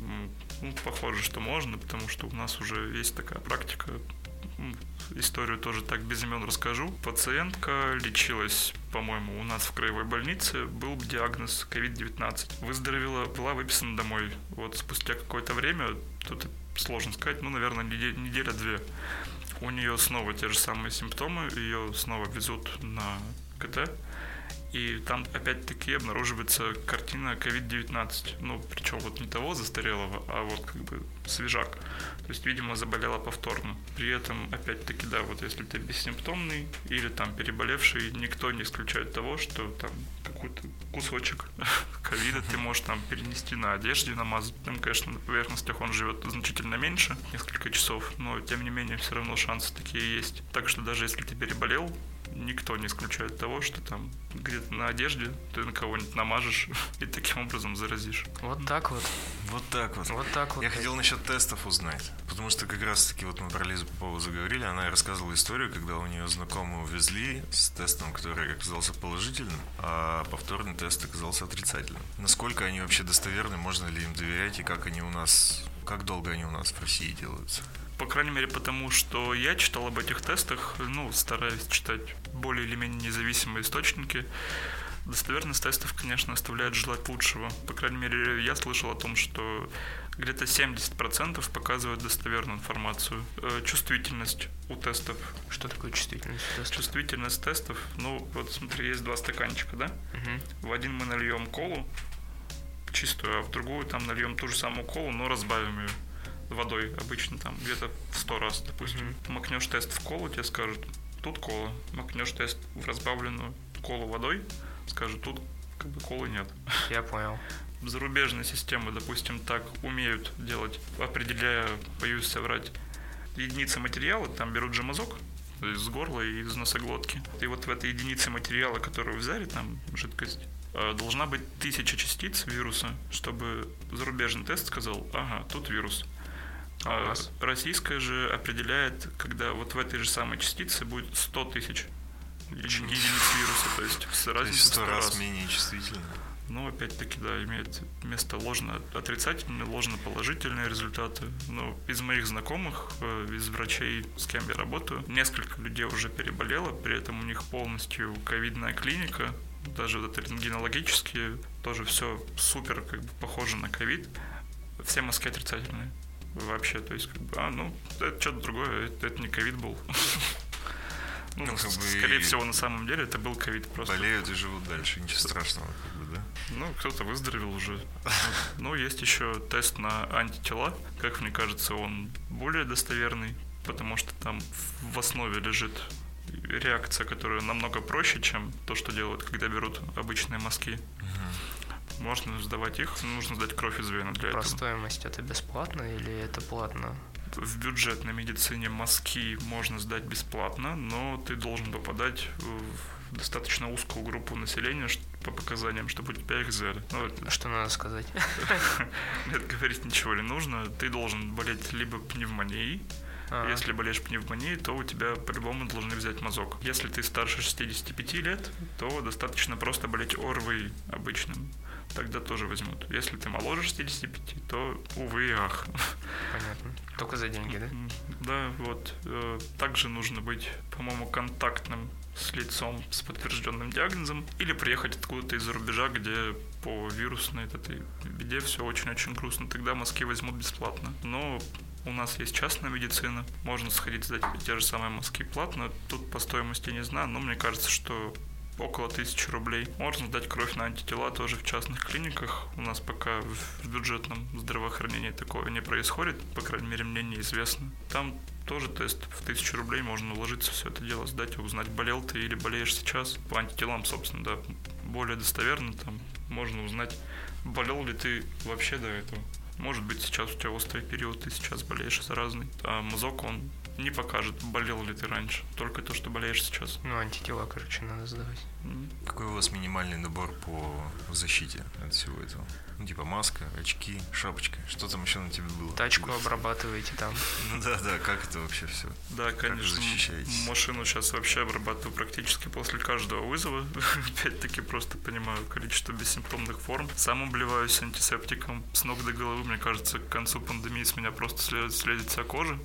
Ну, похоже, что можно, потому что у нас уже есть такая практика. Историю тоже так без имен расскажу. Пациентка лечилась, по-моему, у нас в краевой больнице. Был диагноз ковид девятнадцать. Выздоровела, была выписана домой. Вот спустя какое-то время, тут сложно сказать, ну, наверное, неделя-две. У нее снова те же самые симптомы. Ее снова везут на КТ. И там опять-таки обнаруживается картина ковид девятнадцать. Ну, причем вот не того застарелого, а вот как бы свежак. То есть, видимо, заболела повторно. При этом, опять-таки, да, вот если ты бессимптомный или там переболевший, никто не исключает того, что там какой-то кусочек ковида ты можешь там перенести на одежде, намазать. Там, конечно, на поверхностях он живет значительно меньше, несколько часов, но тем не менее все равно шансы такие есть. Так что даже если ты переболел, никто не исключает того, что там где-то на одежде ты на кого-нибудь намажешь и таким образом заразишь. Вот так вот. Вот так вот. Вот так вот. Я хотел насчет тестов узнать, потому что как раз-таки вот мы про Лизу Попову заговорили, она рассказывала историю, когда у нее знакомую увезли с тестом, который оказался положительным, а повторный тест оказался отрицательным. Насколько они вообще достоверны, можно ли им доверять и как они у нас, как долго они у нас в России делаются? По крайней мере, потому что я читал об этих тестах, ну, стараюсь читать более или менее независимые источники. Достоверность тестов, конечно, оставляет желать лучшего. По крайней мере, я слышал о том, что где-то семьдесят процентов показывают достоверную информацию. Чувствительность у тестов. Что такое чувствительность тестов? Чувствительность тестов, ну, вот смотри, есть два стаканчика, да? Угу. В один мы нальем колу чистую, а в другую там нальем ту же самую колу, но разбавим ее водой обычно там где-то в сто раз, допустим. Mm-hmm. Макнешь тест в колу, тебе скажут, тут кола. Макнешь тест в разбавленную колу водой, скажут, тут как бы колы нет. Я понял. Зарубежные системы, допустим, так умеют делать, определяя, боюсь соврать, единицы материала, там берут же мазок из горла и из носоглотки. И вот в этой единице материала, которую взяли, там жидкость, должна быть тысяча частиц вируса, чтобы зарубежный тест сказал, ага, тут вирус. А российская же определяет, когда вот в этой же самой частице будет сто тысяч единиц вируса, то есть разница в сто раз менее чувствительно. Но опять-таки, да, имеет место ложно-отрицательные, ложно-положительные результаты. Но из моих знакомых, из врачей, с кем я работаю, несколько людей уже переболело, при этом у них полностью ковидная клиника, даже вот это рентгенологические, тоже все супер как бы похоже на ковид. Все мазки отрицательные вообще, то есть как бы, а, ну, это что-то другое, это, это не ковид был. Ну, ну, как бы скорее всего, на самом деле, это был ковид просто. Болеют и живут дальше, ничего страшного, как бы, да? Ну, кто-то выздоровел уже. Ну, есть еще тест на антитела. Как мне кажется, он более достоверный, потому что там в основе лежит реакция, которая намного проще, чем то, что делают, когда берут обычные мазки. Угу. Можно сдавать их, нужно сдать кровь из вены для Про этого. стоимость это бесплатно или это платно? В бюджетной медицине мазки можно сдать бесплатно, но ты должен попадать в достаточно узкую группу населения по показаниям, чтобы у тебя их взяли. Ну, что надо сказать? Нет, говорить ничего не нужно. Ты должен болеть либо пневмонией. А-а. Если болеешь пневмонией, то у тебя по-любому должны взять мазок. Если ты старше шестидесяти пяти лет, то достаточно просто болеть ОРВИ обычным. Тогда тоже возьмут. Если ты моложе шестидесяти пяти, то, увы и ах. Понятно. Только за деньги, да? Да, вот. Также нужно быть, по-моему, контактным с лицом с подтвержденным диагнозом или приехать откуда-то из-за рубежа, где по вирусной этой беде все очень-очень грустно. Тогда мазки возьмут бесплатно. Но у нас есть частная медицина, можно сходить сдать те же самые мазки платно. Тут по стоимости не знаю, но мне кажется, что около тысячи рублей. Можно сдать кровь на антитела тоже в частных клиниках. У нас пока в бюджетном здравоохранении такого не происходит, по крайней мере, мне неизвестно. Там тоже тест в тысячу рублей, можно уложиться, все это дело сдать и узнать, болел ты или болеешь сейчас. По антителам, собственно, да, более достоверно, там можно узнать, болел ли ты вообще до этого. Может быть, сейчас у тебя острый период, ты сейчас болеешь заразный. А мазок, он не покажет, болел ли ты раньше, только то, что болеешь сейчас. Ну, антитела, короче, надо сдавать. Mm-hmm. Какой у вас минимальный набор по защите от всего этого? Ну, типа маска, очки, шапочка. Что там еще на тебе было? Тачку обрабатываете там. Ну да, да, как это вообще все? Да, конечно. Машину сейчас вообще обрабатываю практически после каждого вызова. Опять-таки просто понимаю количество бессимптомных форм. Сам обливаюсь антисептиком с ног до головы. Мне кажется, к концу пандемии с меня просто слезет, слезет вся кожа.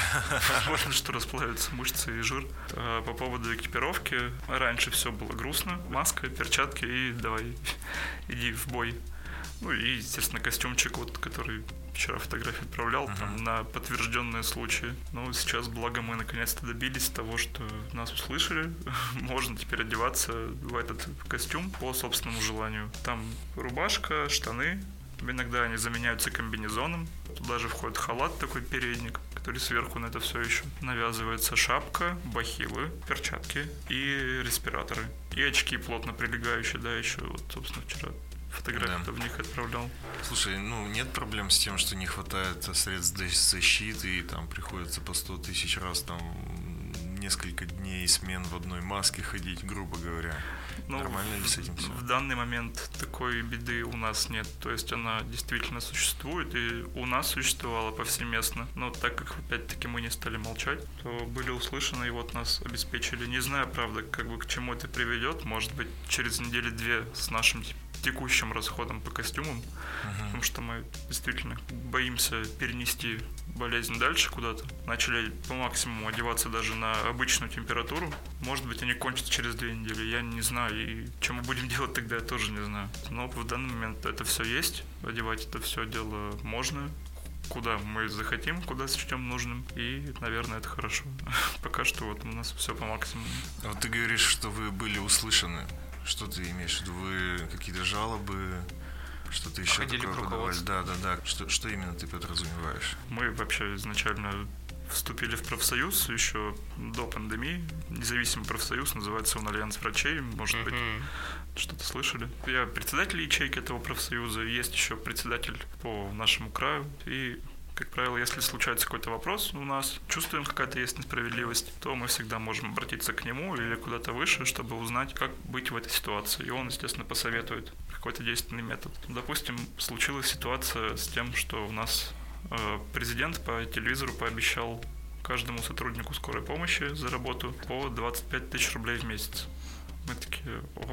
Можно, что расплавятся мышцы и жир. По поводу экипировки. Раньше все было грустно. Маска, перчатки и давай, иди в бой. Ну и, естественно, костюмчик, вот, который вчера фотографию отправлял, uh-huh. там, на подтвержденные случаи. Но сейчас, благо, мы наконец-то добились того, что нас услышали. Можно теперь одеваться в этот костюм по собственному желанию. Там рубашка, штаны. Иногда они заменяются комбинезоном. Туда же входит халат, такой передник, который сверху на это все еще навязывается. Шапка, бахилы, перчатки и респираторы. И очки плотно прилегающие, да, еще, вот, собственно, вчера фотографию-то да. в них отправлял. Слушай, ну нет проблем с тем, что не хватает средств защиты, и там приходится по сто тысяч раз там несколько дней смен в одной маске ходить, грубо говоря. Ну, нормально ли с этим все? В данный момент такой беды у нас нет. То есть она действительно существует, и у нас существовала повсеместно. Но так как, опять-таки, мы не стали молчать, то были услышаны, и вот нас обеспечили. Не знаю, правда, как бы к чему это приведет. Может быть, через недели-две с нашим текущим расходом по костюмам, uh-huh. потому что мы действительно боимся перенести болезнь дальше куда-то. Начали по максимуму одеваться даже на обычную температуру. Может быть, они кончатся через две недели. Я не знаю, и что мы будем делать тогда, я тоже не знаю. Но в данный момент это все есть. Одевать это все дело можно. Куда мы захотим, куда сочтем нужным. И, наверное, это хорошо. Пока что вот у нас все по максимуму. Вот ты говоришь, что вы были услышаны. Что ты имеешь в виду? Вы какие-то жалобы, что-то еще Ходили такое подавали? Да, да, да. Что, что именно ты подразумеваешь? Мы вообще изначально вступили в профсоюз еще до пандемии. Независимый профсоюз, называется он Альянс врачей. Может mm-hmm. быть, что-то слышали. Я председатель ячейки этого профсоюза. Есть еще председатель по нашему краю. И, как правило, если случается какой-то вопрос у нас, чувствуем, какая-то есть несправедливость, то мы всегда можем обратиться к нему или куда-то выше, чтобы узнать, как быть в этой ситуации. И он, естественно, посоветует какой-то действенный метод. Допустим, случилась ситуация с тем, что у нас э, президент по телевизору пообещал каждому сотруднику скорой помощи за работу по двадцать пять тысяч рублей в месяц. Мы такие, ого,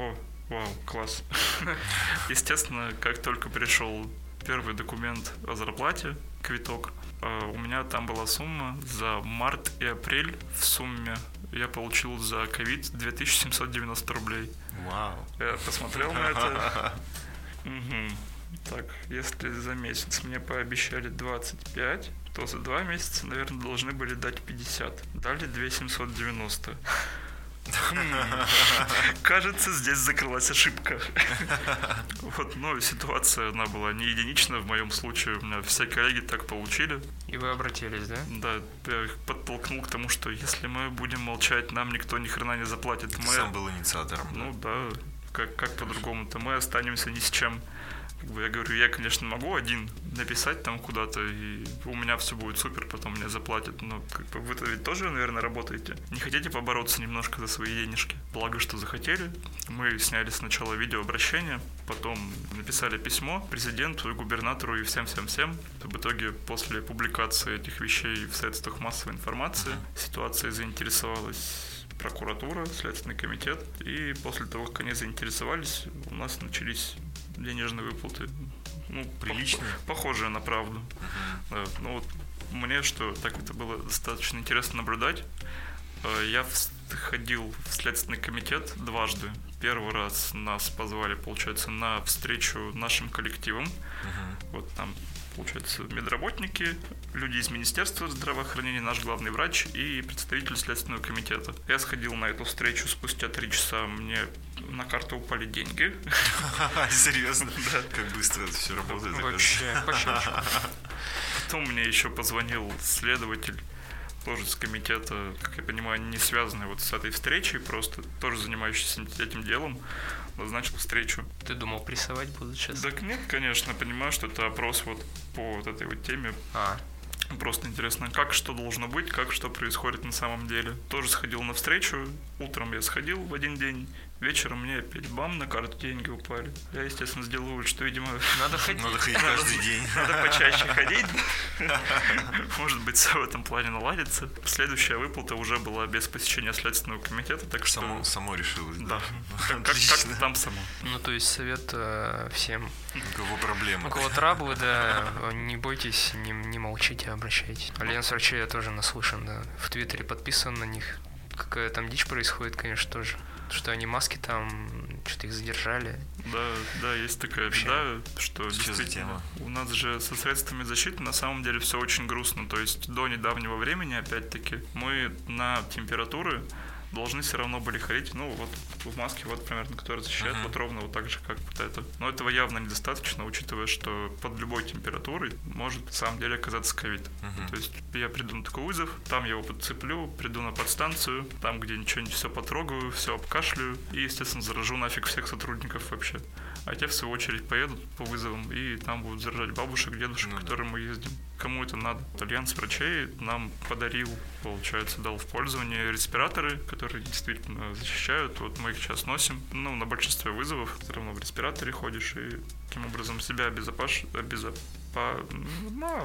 Вау, класс. Естественно, как только пришел первый документ о зарплате, квиток, у меня там была сумма за март и апрель в сумме. Я получил за ковид две тысячи семьсот девяносто рублей. Вау. Я посмотрел на это. Угу. Так, если за месяц мне пообещали двадцать пять, то за два месяца, наверное, должны были дать пятьдесят. Дали две тысячи семьсот девяносто. Кажется, здесь закрылась ошибка. Вот, но ситуация, она была не единичная в моем случае. У меня все коллеги так получили. И вы обратились, да? Да, я их подтолкнул к тому, что если мы будем молчать, нам никто ни хрена не заплатит. Ты мы... сам был инициатором. Ну да, как, как по-другому-то. Мы останемся ни с чем. Как бы я говорю, я, конечно, могу один написать там куда-то, и у меня все будет супер, потом мне заплатят. Но как бы вы-то ведь тоже, наверное, работаете. Не хотите побороться немножко за свои денежки? Благо, что захотели. Мы сняли сначала видеообращение, потом написали письмо президенту и губернатору и всем-всем-всем. В итоге, после публикации этих вещей в средствах массовой информации, ситуация заинтересовалась прокуратура, Следственный комитет. И после того, как они заинтересовались, у нас начались денежные выплаты. Ну, приличные. По- похожие на правду. Uh-huh. Да, ну вот мне, что так это было достаточно интересно наблюдать. Я ходил в Следственный комитет дважды. Первый раз нас позвали, получается, на встречу нашим коллективам. Uh-huh. Вот там, получается, медработники, люди из Министерства здравоохранения, наш главный врач и представитель Следственного комитета. Я сходил на эту встречу, спустя три часа мне на карту упали деньги. Серьезно? Да. Как быстро это все работает. Вообще, Потом мне еще позвонил следователь, тоже с комитета, как я понимаю, не связанный вот с этой встречей, просто тоже занимающийся этим делом, назначил встречу. Ты думал, прессовать будут сейчас? Так нет, конечно, понимаю, что это опрос вот по вот этой вот теме. А. Просто интересно, как что должно быть, как что происходит на самом деле. Тоже сходил на встречу, утром я сходил в один день, вечером мне опять бам, на карту деньги упали. Я, естественно, сделал вывод, что, видимо... Надо ходить. Надо ходить каждый день. Надо почаще ходить. Может быть, все в этом плане наладится. Следующая выплата уже была без посещения Следственного комитета, так что... Само, само решилось, да? Да. Как, как там само. Ну, то есть совет э, всем. У кого проблемы. У кого траблы, да, не бойтесь, не, не молчите, обращайтесь. Альянс врачей я тоже наслышан, да. В Твиттере подписан на них. Какая там дичь происходит, конечно, тоже. Что они маски там, что-то их задержали. Да, да, есть такая Вообще. беда, что действительно у нас же со средствами защиты на самом деле все очень грустно. То есть до недавнего времени, опять-таки, мы на температуры должны все равно были ходить, ну, вот в маске, вот примерно, которая защищает, uh-huh. вот ровно вот так же, как вот это. Но этого явно недостаточно, учитывая, что под любой температурой может на самом деле оказаться ковид. Uh-huh. То есть я приду на такой вызов, там я его подцеплю, приду на подстанцию, там, где ничего не все потрогаю, все обкашляю и, естественно, заражу нафиг всех сотрудников вообще. А те, в свою очередь, поедут по вызовам, и там будут заражать бабушек, дедушек, uh-huh. к которым мы ездим. Кому это надо? Альянс врачей нам подарил, получается, дал в пользование респираторы, которые действительно защищают. Вот мы их сейчас носим. Ну, на большинстве вызовов все равно в респираторе ходишь и таким образом себя обезопаш... обезопа... Ну,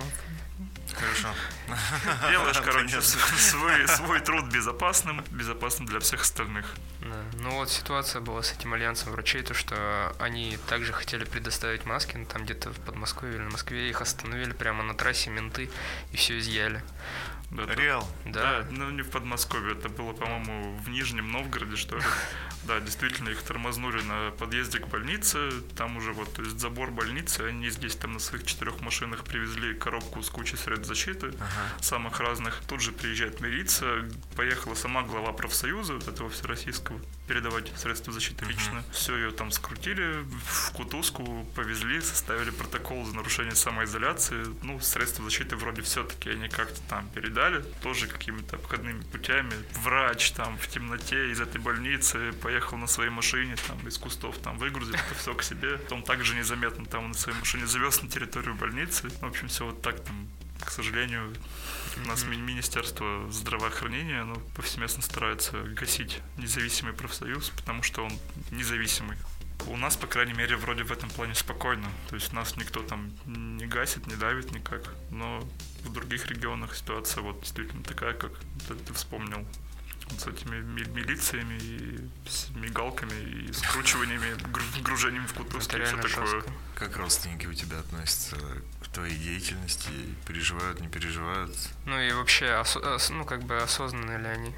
хорошо. Делаешь, короче, свой, свой труд безопасным, безопасным для всех остальных. Да. Ну вот ситуация была с этим альянсом врачей, то что они также хотели предоставить маски, ну, там где-то в Подмосковье или в Москве, их остановили прямо на трассе менты и все изъяли. Да, Реал? Да. да. Ну, не в Подмосковье, это было, по-моему, в Нижнем Новгороде, что ли. Да, действительно, их тормознули на подъезде к больнице, там уже вот, то есть забор больницы, они здесь там на своих четырех машинах привезли коробку с кучей средств защиты, ага. самых разных. Тут же приезжает милиция, поехала сама глава профсоюза, вот этого всероссийского, передавать средства защиты лично. Uh-huh. Все ее там скрутили, в кутузку повезли, составили протокол за нарушение самоизоляции. Ну, средства защиты вроде все-таки они как-то там передали, тоже какими-то обходными путями. Врач там в темноте из этой больницы поехал на своей машине, там из кустов там выгрузил это все к себе. Потом также незаметно там на своей машине завез на территорию больницы. В общем, все вот так там, к сожалению, у нас mm-hmm. Министерство здравоохранения, оно повсеместно старается гасить независимый профсоюз, потому что он независимый. У нас, по крайней мере, вроде в этом плане спокойно. То есть нас никто там не гасит, не давит никак. Но в других регионах ситуация вот действительно такая, как ты, ты вспомнил. с этими ми- милициями, и с мигалками, и скручиваниями, гру- гружением в кутузке, и все такое. Жестко. Как родственники у тебя относятся к твоей деятельности? Переживают, не переживают? Ну и вообще, осо- ос- ну как бы осознанны ли они?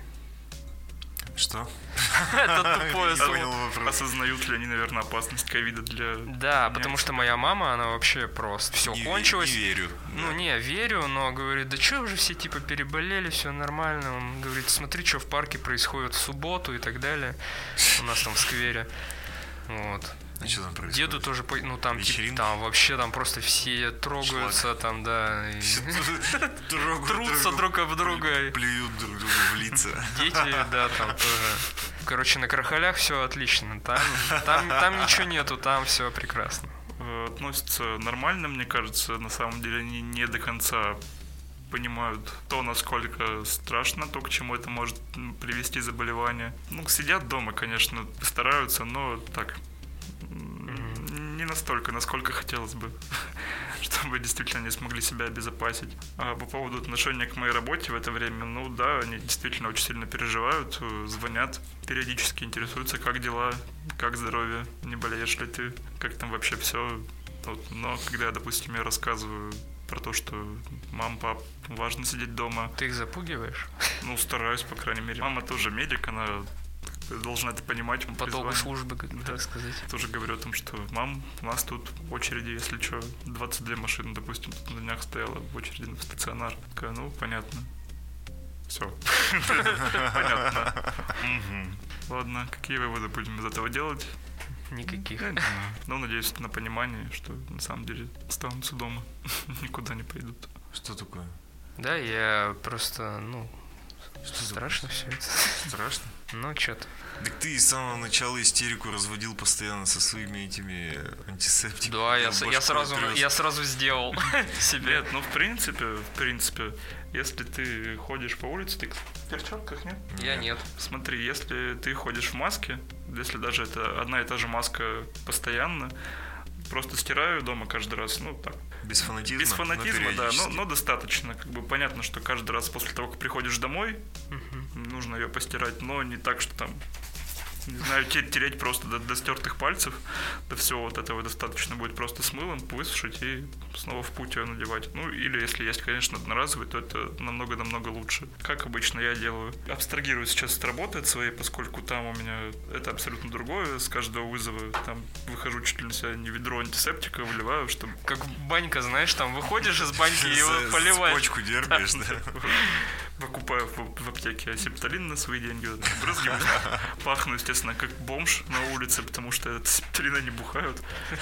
Что? Это тупое Не слово. понял вопрос. Осознают ли они, наверное, опасность ковида для... Да, потому что моя мама, она вообще просто все Не ве- кончилось. Не верю. Ну, Да. не, верю, но говорит, да что уже все типа переболели, все нормально. Он говорит, смотри, что в парке происходит в субботу и так далее. У нас там в сквере. Вот. А что там происходит? Деду тоже, по- ну там, типа, Вечеринка? там вообще там просто все трогаются, там, да. и Трогают Трутся друг об друга. и Плюют друг другу в лица. Дети, да, там тоже. Короче, на Крахалях все отлично. Там, там, там ничего нету, там все прекрасно. э, Относятся нормально, мне кажется. На самом деле они не до конца понимают то, насколько страшно, то, к чему это может м, привести заболевание. Ну, сидят дома, конечно, стараются, но так, м, не настолько, насколько хотелось бы, чтобы действительно они смогли себя обезопасить. А по поводу отношения к моей работе в это время, ну да, они действительно очень сильно переживают, э, звонят, периодически интересуются, как дела, как здоровье, не болеешь ли ты, как там вообще все. Вот. Но когда я, допустим, я рассказываю про то, что мам, пап, важно сидеть дома, Ты их запугиваешь? ну, стараюсь, по крайней мере. Мама тоже медик, она как бы должна это понимать. По долгу призвание. службы, как Да. так сказать. Тоже говорю о том, что мам, у нас тут в очереди, если что, двадцать две машины, допустим, тут на днях стояла в очереди в стационар. Такая, ну, понятно. Все. Понятно. Ладно, какие выводы будем из этого делать? Никаких. Ну, надеюсь, на понимание, что на самом деле останутся дома, никуда не пойдут. Что такое? Да, я просто, ну, Что страшно все это. Страшно? Ну, что-то. Так ты с самого начала истерику разводил постоянно со своими этими антисептиками. Да, я, Прям с- я башкой сразу, трёс. я сразу сделал себе. Нет, ну, в принципе, в принципе, если ты ходишь по улице, ты в перчатках, нет? Я нет. Смотри, если ты ходишь в маске, если даже это одна и та же маска постоянно, просто стираю дома каждый раз, ну так. Без фанатизма. Без но фанатизма, да, но, периодически. но достаточно. Как бы понятно, что каждый раз после того, как приходишь домой, нужно ее постирать, но не так, что там, не знаю, те- тереть просто до, до стертых пальцев, до всего вот этого достаточно будет просто с мылом высушить и снова в путь ее надевать. Ну, или если есть, конечно, одноразовый, то это намного-намного лучше. Как обычно я делаю. Абстрагирую сейчас от работы от своей, поскольку там у меня это абсолютно другое. С каждого вызова там выхожу чуть ли на себя не ведро антисептика, выливаю, чтобы... Как банька, знаешь, там выходишь из баньки и За- его за поливаешь. цепочку дергаешь, да. Покупаю в, в аптеке асептолин на свои деньги, брызгиваю. Пахну, естественно, как бомж на улице, потому что от асептолина не бухают.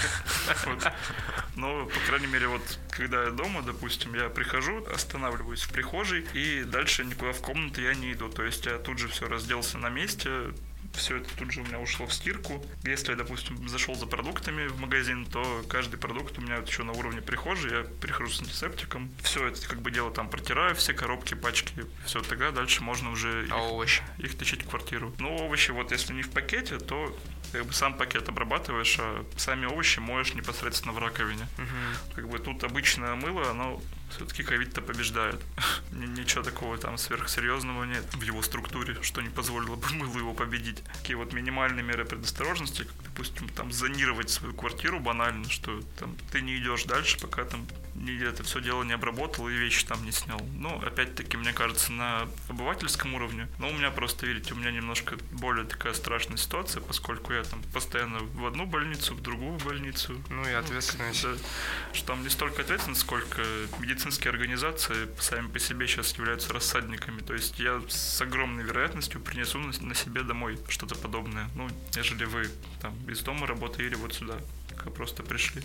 Вот. Но, по крайней мере, вот когда я дома, допустим, я прихожу, останавливаюсь в прихожей, и дальше никуда в комнату я не иду. То есть я тут же все разделся на месте, все это тут же у меня ушло в стирку. Если я, допустим, зашел за продуктами в магазин, то каждый продукт у меня еще на уровне прихожей, я перехожу с антисептиком. Все это как бы дело там протираю, все коробки, пачки, все, тогда дальше можно уже А их, овощи? их тащить в квартиру. Ну, овощи, вот если не в пакете, то как бы сам пакет обрабатываешь, а сами овощи моешь непосредственно в раковине. Мгм. Как бы тут обычное мыло, оно все-таки ковид-то побеждает. Ни- Ничего такого там сверхсерьезного нет в его структуре, что не позволило бы мылу его победить. Такие вот минимальные меры предосторожности, как, допустим, там зонировать свою квартиру банально, что там ты не идешь дальше, пока там не, это все дело не обработал и вещи там не снял. Ну, опять-таки, мне кажется, на обывательском уровне. Но у меня просто, видите, у меня немножко более такая страшная ситуация, поскольку я там постоянно в одну больницу, в другую больницу. Ну и ответственность. Да, что там не столько ответственность, сколько медицинские организации сами по себе сейчас являются рассадниками. То есть я с огромной вероятностью принесу на, на себе домой что-то подобное. Ну, нежели вы там из дома работаете или вот сюда как просто пришли.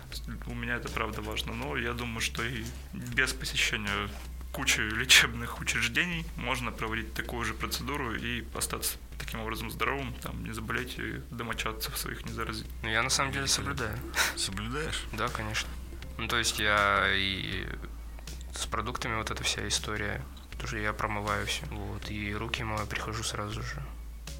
У меня это правда важно. Но я думаю, что и без посещения кучи лечебных учреждений можно проводить такую же процедуру и остаться таким образом здоровым, там, не заболеть и домочадцев своих не заразить. Ну, я на самом деле соблюдаю. Соблюдаешь? Да, конечно. Ну, то есть я и с продуктами вот эта вся история, тоже я промываю все. Вот, и руки мою прихожу сразу же.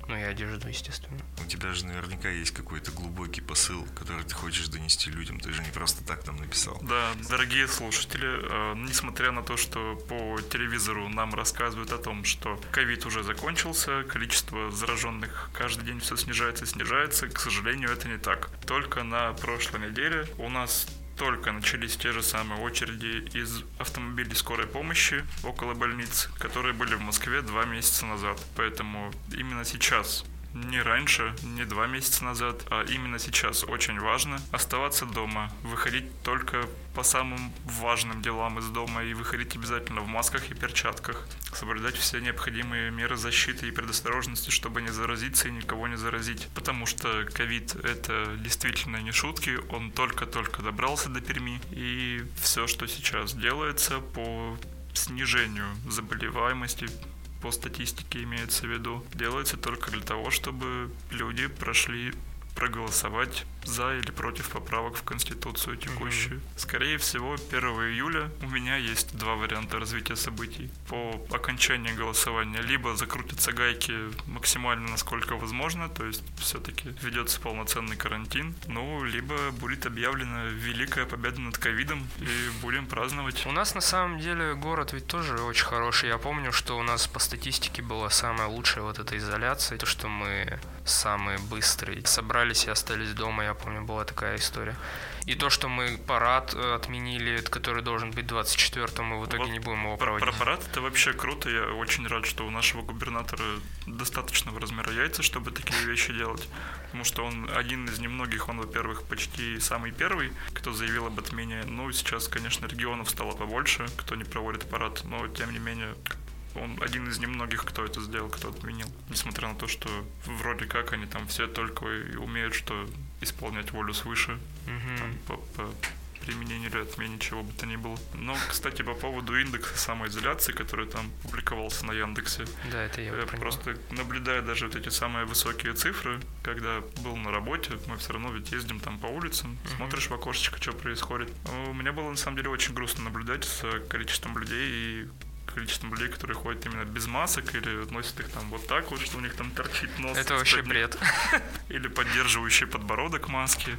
Ну и одежду, естественно. У тебя же наверняка есть какой-то глубокий посыл, который ты хочешь донести людям. Ты же не просто так там написал. Да, дорогие слушатели, э, несмотря на то, что по телевизору нам рассказывают о том, что ковид уже закончился, количество зараженных каждый день все снижается и снижается, к сожалению, это не так. Только на прошлой неделе у нас только начались те же самые очереди из автомобилей скорой помощи около больниц, которые были в Москве два месяца назад. Поэтому именно сейчас, не раньше, не два месяца назад, а именно сейчас очень важно оставаться дома, выходить только по самым важным делам из дома и выходить обязательно в масках и перчатках, соблюдать все необходимые меры защиты и предосторожности, чтобы не заразиться и никого не заразить. Потому что ковид — это действительно не шутки, он только-только добрался до Перми, и все, что сейчас делается по снижению заболеваемости, по статистике имеется в виду, делается только для того, чтобы люди прошли проголосовать за или против поправок в Конституцию текущую. Mm-hmm. Скорее всего, первого июля у меня есть два варианта развития событий. По окончании голосования либо закрутятся гайки максимально насколько возможно, то есть все-таки ведется полноценный карантин, ну, либо будет объявлена великая победа над ковидом и будем праздновать. У нас на самом деле город ведь тоже очень хороший. Я помню, что у нас по статистике была самая лучшая вот эта изоляция, то, что мы самые быстрые собрались и остались дома. Я помню, была такая история. И то, что мы парад отменили, который должен быть двадцать четвёртого, мы в итоге вот не будем его проводить. Про парад это вообще круто. Я очень рад, что у нашего губернатора достаточного размера яйца, чтобы такие вещи делать. Потому что он один из немногих, он, во-первых, почти самый первый, кто заявил об отмене. Ну, сейчас, конечно, регионов стало побольше, кто не проводит парад, но, тем не менее, он один из немногих, кто это сделал, кто отменил. Несмотря на то, что вроде как они там все только и умеют, что исполнять волю свыше, mm-hmm. там, по, по применению или отмене чего бы то ни было. Но, кстати, по поводу индекса самоизоляции, который там публиковался на Яндексе, да, это я, я просто наблюдая даже вот эти самые высокие цифры, когда был на работе, мы все равно ведь ездим там по улицам, mm-hmm. смотришь в окошечко, что происходит. У меня было на самом деле очень грустно наблюдать с количеством людей и количеством людей, которые ходят именно без масок или носят их там вот так вот, что у них там торчит нос. Это вообще бред. Или поддерживающий подбородок маски.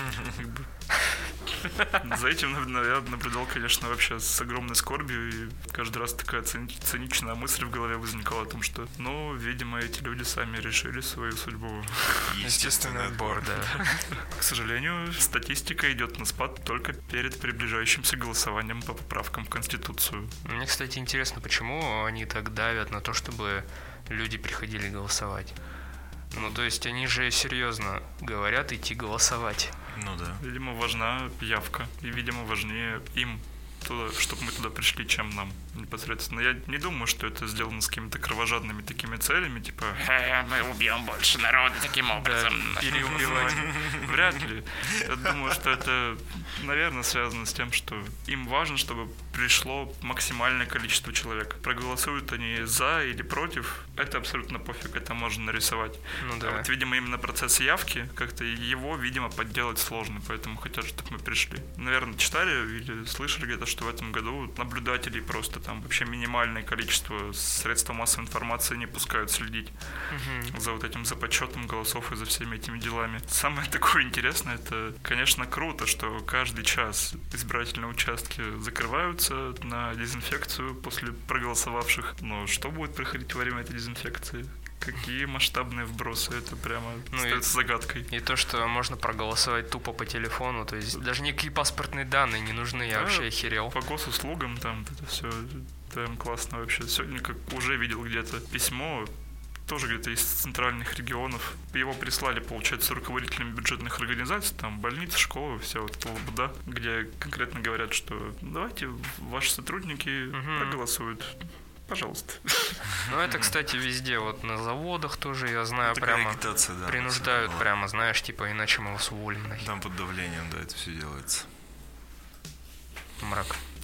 За этим я наблюдал, конечно, вообще с огромной скорбью, и каждый раз такая циничная мысль в голове возникала о том, что, ну, видимо, эти люди сами решили свою судьбу. Естественный отбор, да. К сожалению, статистика идет на спад только перед приближающимся голосованием по поправкам в Конституцию. Мне, кстати, интересно, почему они так давят на то, чтобы люди приходили голосовать? Ну, то есть они же серьезно говорят идти голосовать. Ну да. Видимо, важна явка. И, видимо, важнее им, туда, чтобы мы туда пришли, чем нам непосредственно. Я не думаю, что это сделано с какими-то кровожадными такими целями, типа мы убьем больше народа таким образом. Да, или убивать. Вряд ли. Я думаю, что это, наверное, связано с тем, что им важно, чтобы пришло максимальное количество человек. Проголосуют они за или против, это абсолютно пофиг, это можно нарисовать. Ну, да. А вот, видимо, именно процесс явки, как-то его, видимо, подделать сложно, поэтому хотят, чтобы мы пришли. Наверное, читали или слышали где-то, что в этом году наблюдателей просто там вообще минимальное количество средств массовой информации не пускают следить угу. за вот этим, за подсчетом голосов и за всеми этими делами. Самое такое интересное, это, конечно, круто, что каждый час избирательные участки закрываются на дезинфекцию после проголосовавших. Но что будет происходить во время этой дезинфекции? Какие масштабные вбросы, это прямо ну остается и, загадкой. И то, что можно проголосовать тупо по телефону, то есть даже никакие паспортные данные не нужны, я да, вообще охерел. По госуслугам там это все прям классно вообще. Сегодня как уже видел где-то письмо, тоже где-то из центральных регионов. Его прислали, получается, руководителям бюджетных организаций, там больницы, школы, вся вот эта лабуда, где конкретно говорят, что давайте ваши сотрудники угу. проголосуют. Пожалуйста. Ну, это, кстати, везде, вот на заводах тоже, я знаю, такая прямо агитация, да, принуждают прямо, знаешь, типа, иначе мы вас уволим. Там под давлением, да, это все делается. Мрак.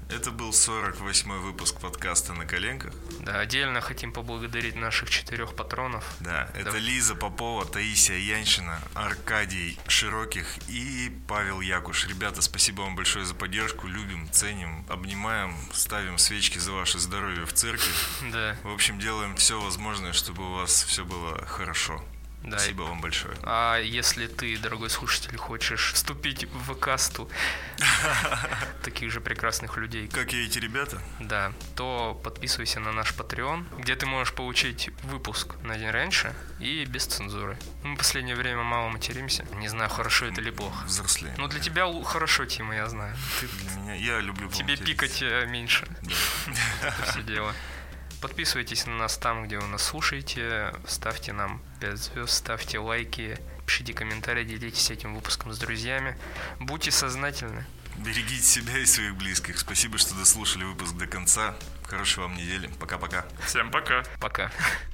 Это был сорок восьмой выпуск подкаста «На коленках». Да, отдельно хотим поблагодарить наших четырех патронов. Да, это Да. Лиза Попова, Таисия Яньшина, Аркадий Широких и Павел Якуш. Ребята, спасибо вам большое за поддержку. Любим, ценим, обнимаем, ставим свечки за ваше здоровье в церкви. Да. В общем, делаем все возможное, чтобы у вас все было хорошо. Да, Спасибо вам большое. А если ты, дорогой слушатель, хочешь вступить в касту таких же прекрасных людей, Как и эти ребята, да, то подписывайся на наш Patreon, где ты можешь получить выпуск на день раньше и без цензуры. Мы в последнее время мало материмся. Не знаю, хорошо это или плохо. взрослее. Ну, для тебя л- хорошо, Тима, я знаю. Ты- Для меня, я люблю тебе поматериться. пикать э, меньше. Да. Это все дело. Подписывайтесь на нас там, где вы нас слушаете. Ставьте нам пять звезд, ставьте лайки, пишите комментарии, делитесь этим выпуском с друзьями. Будьте сознательны. Берегите себя и своих близких. Спасибо, что дослушали выпуск до конца. Хорошей вам недели. Пока-пока. Всем пока. Пока.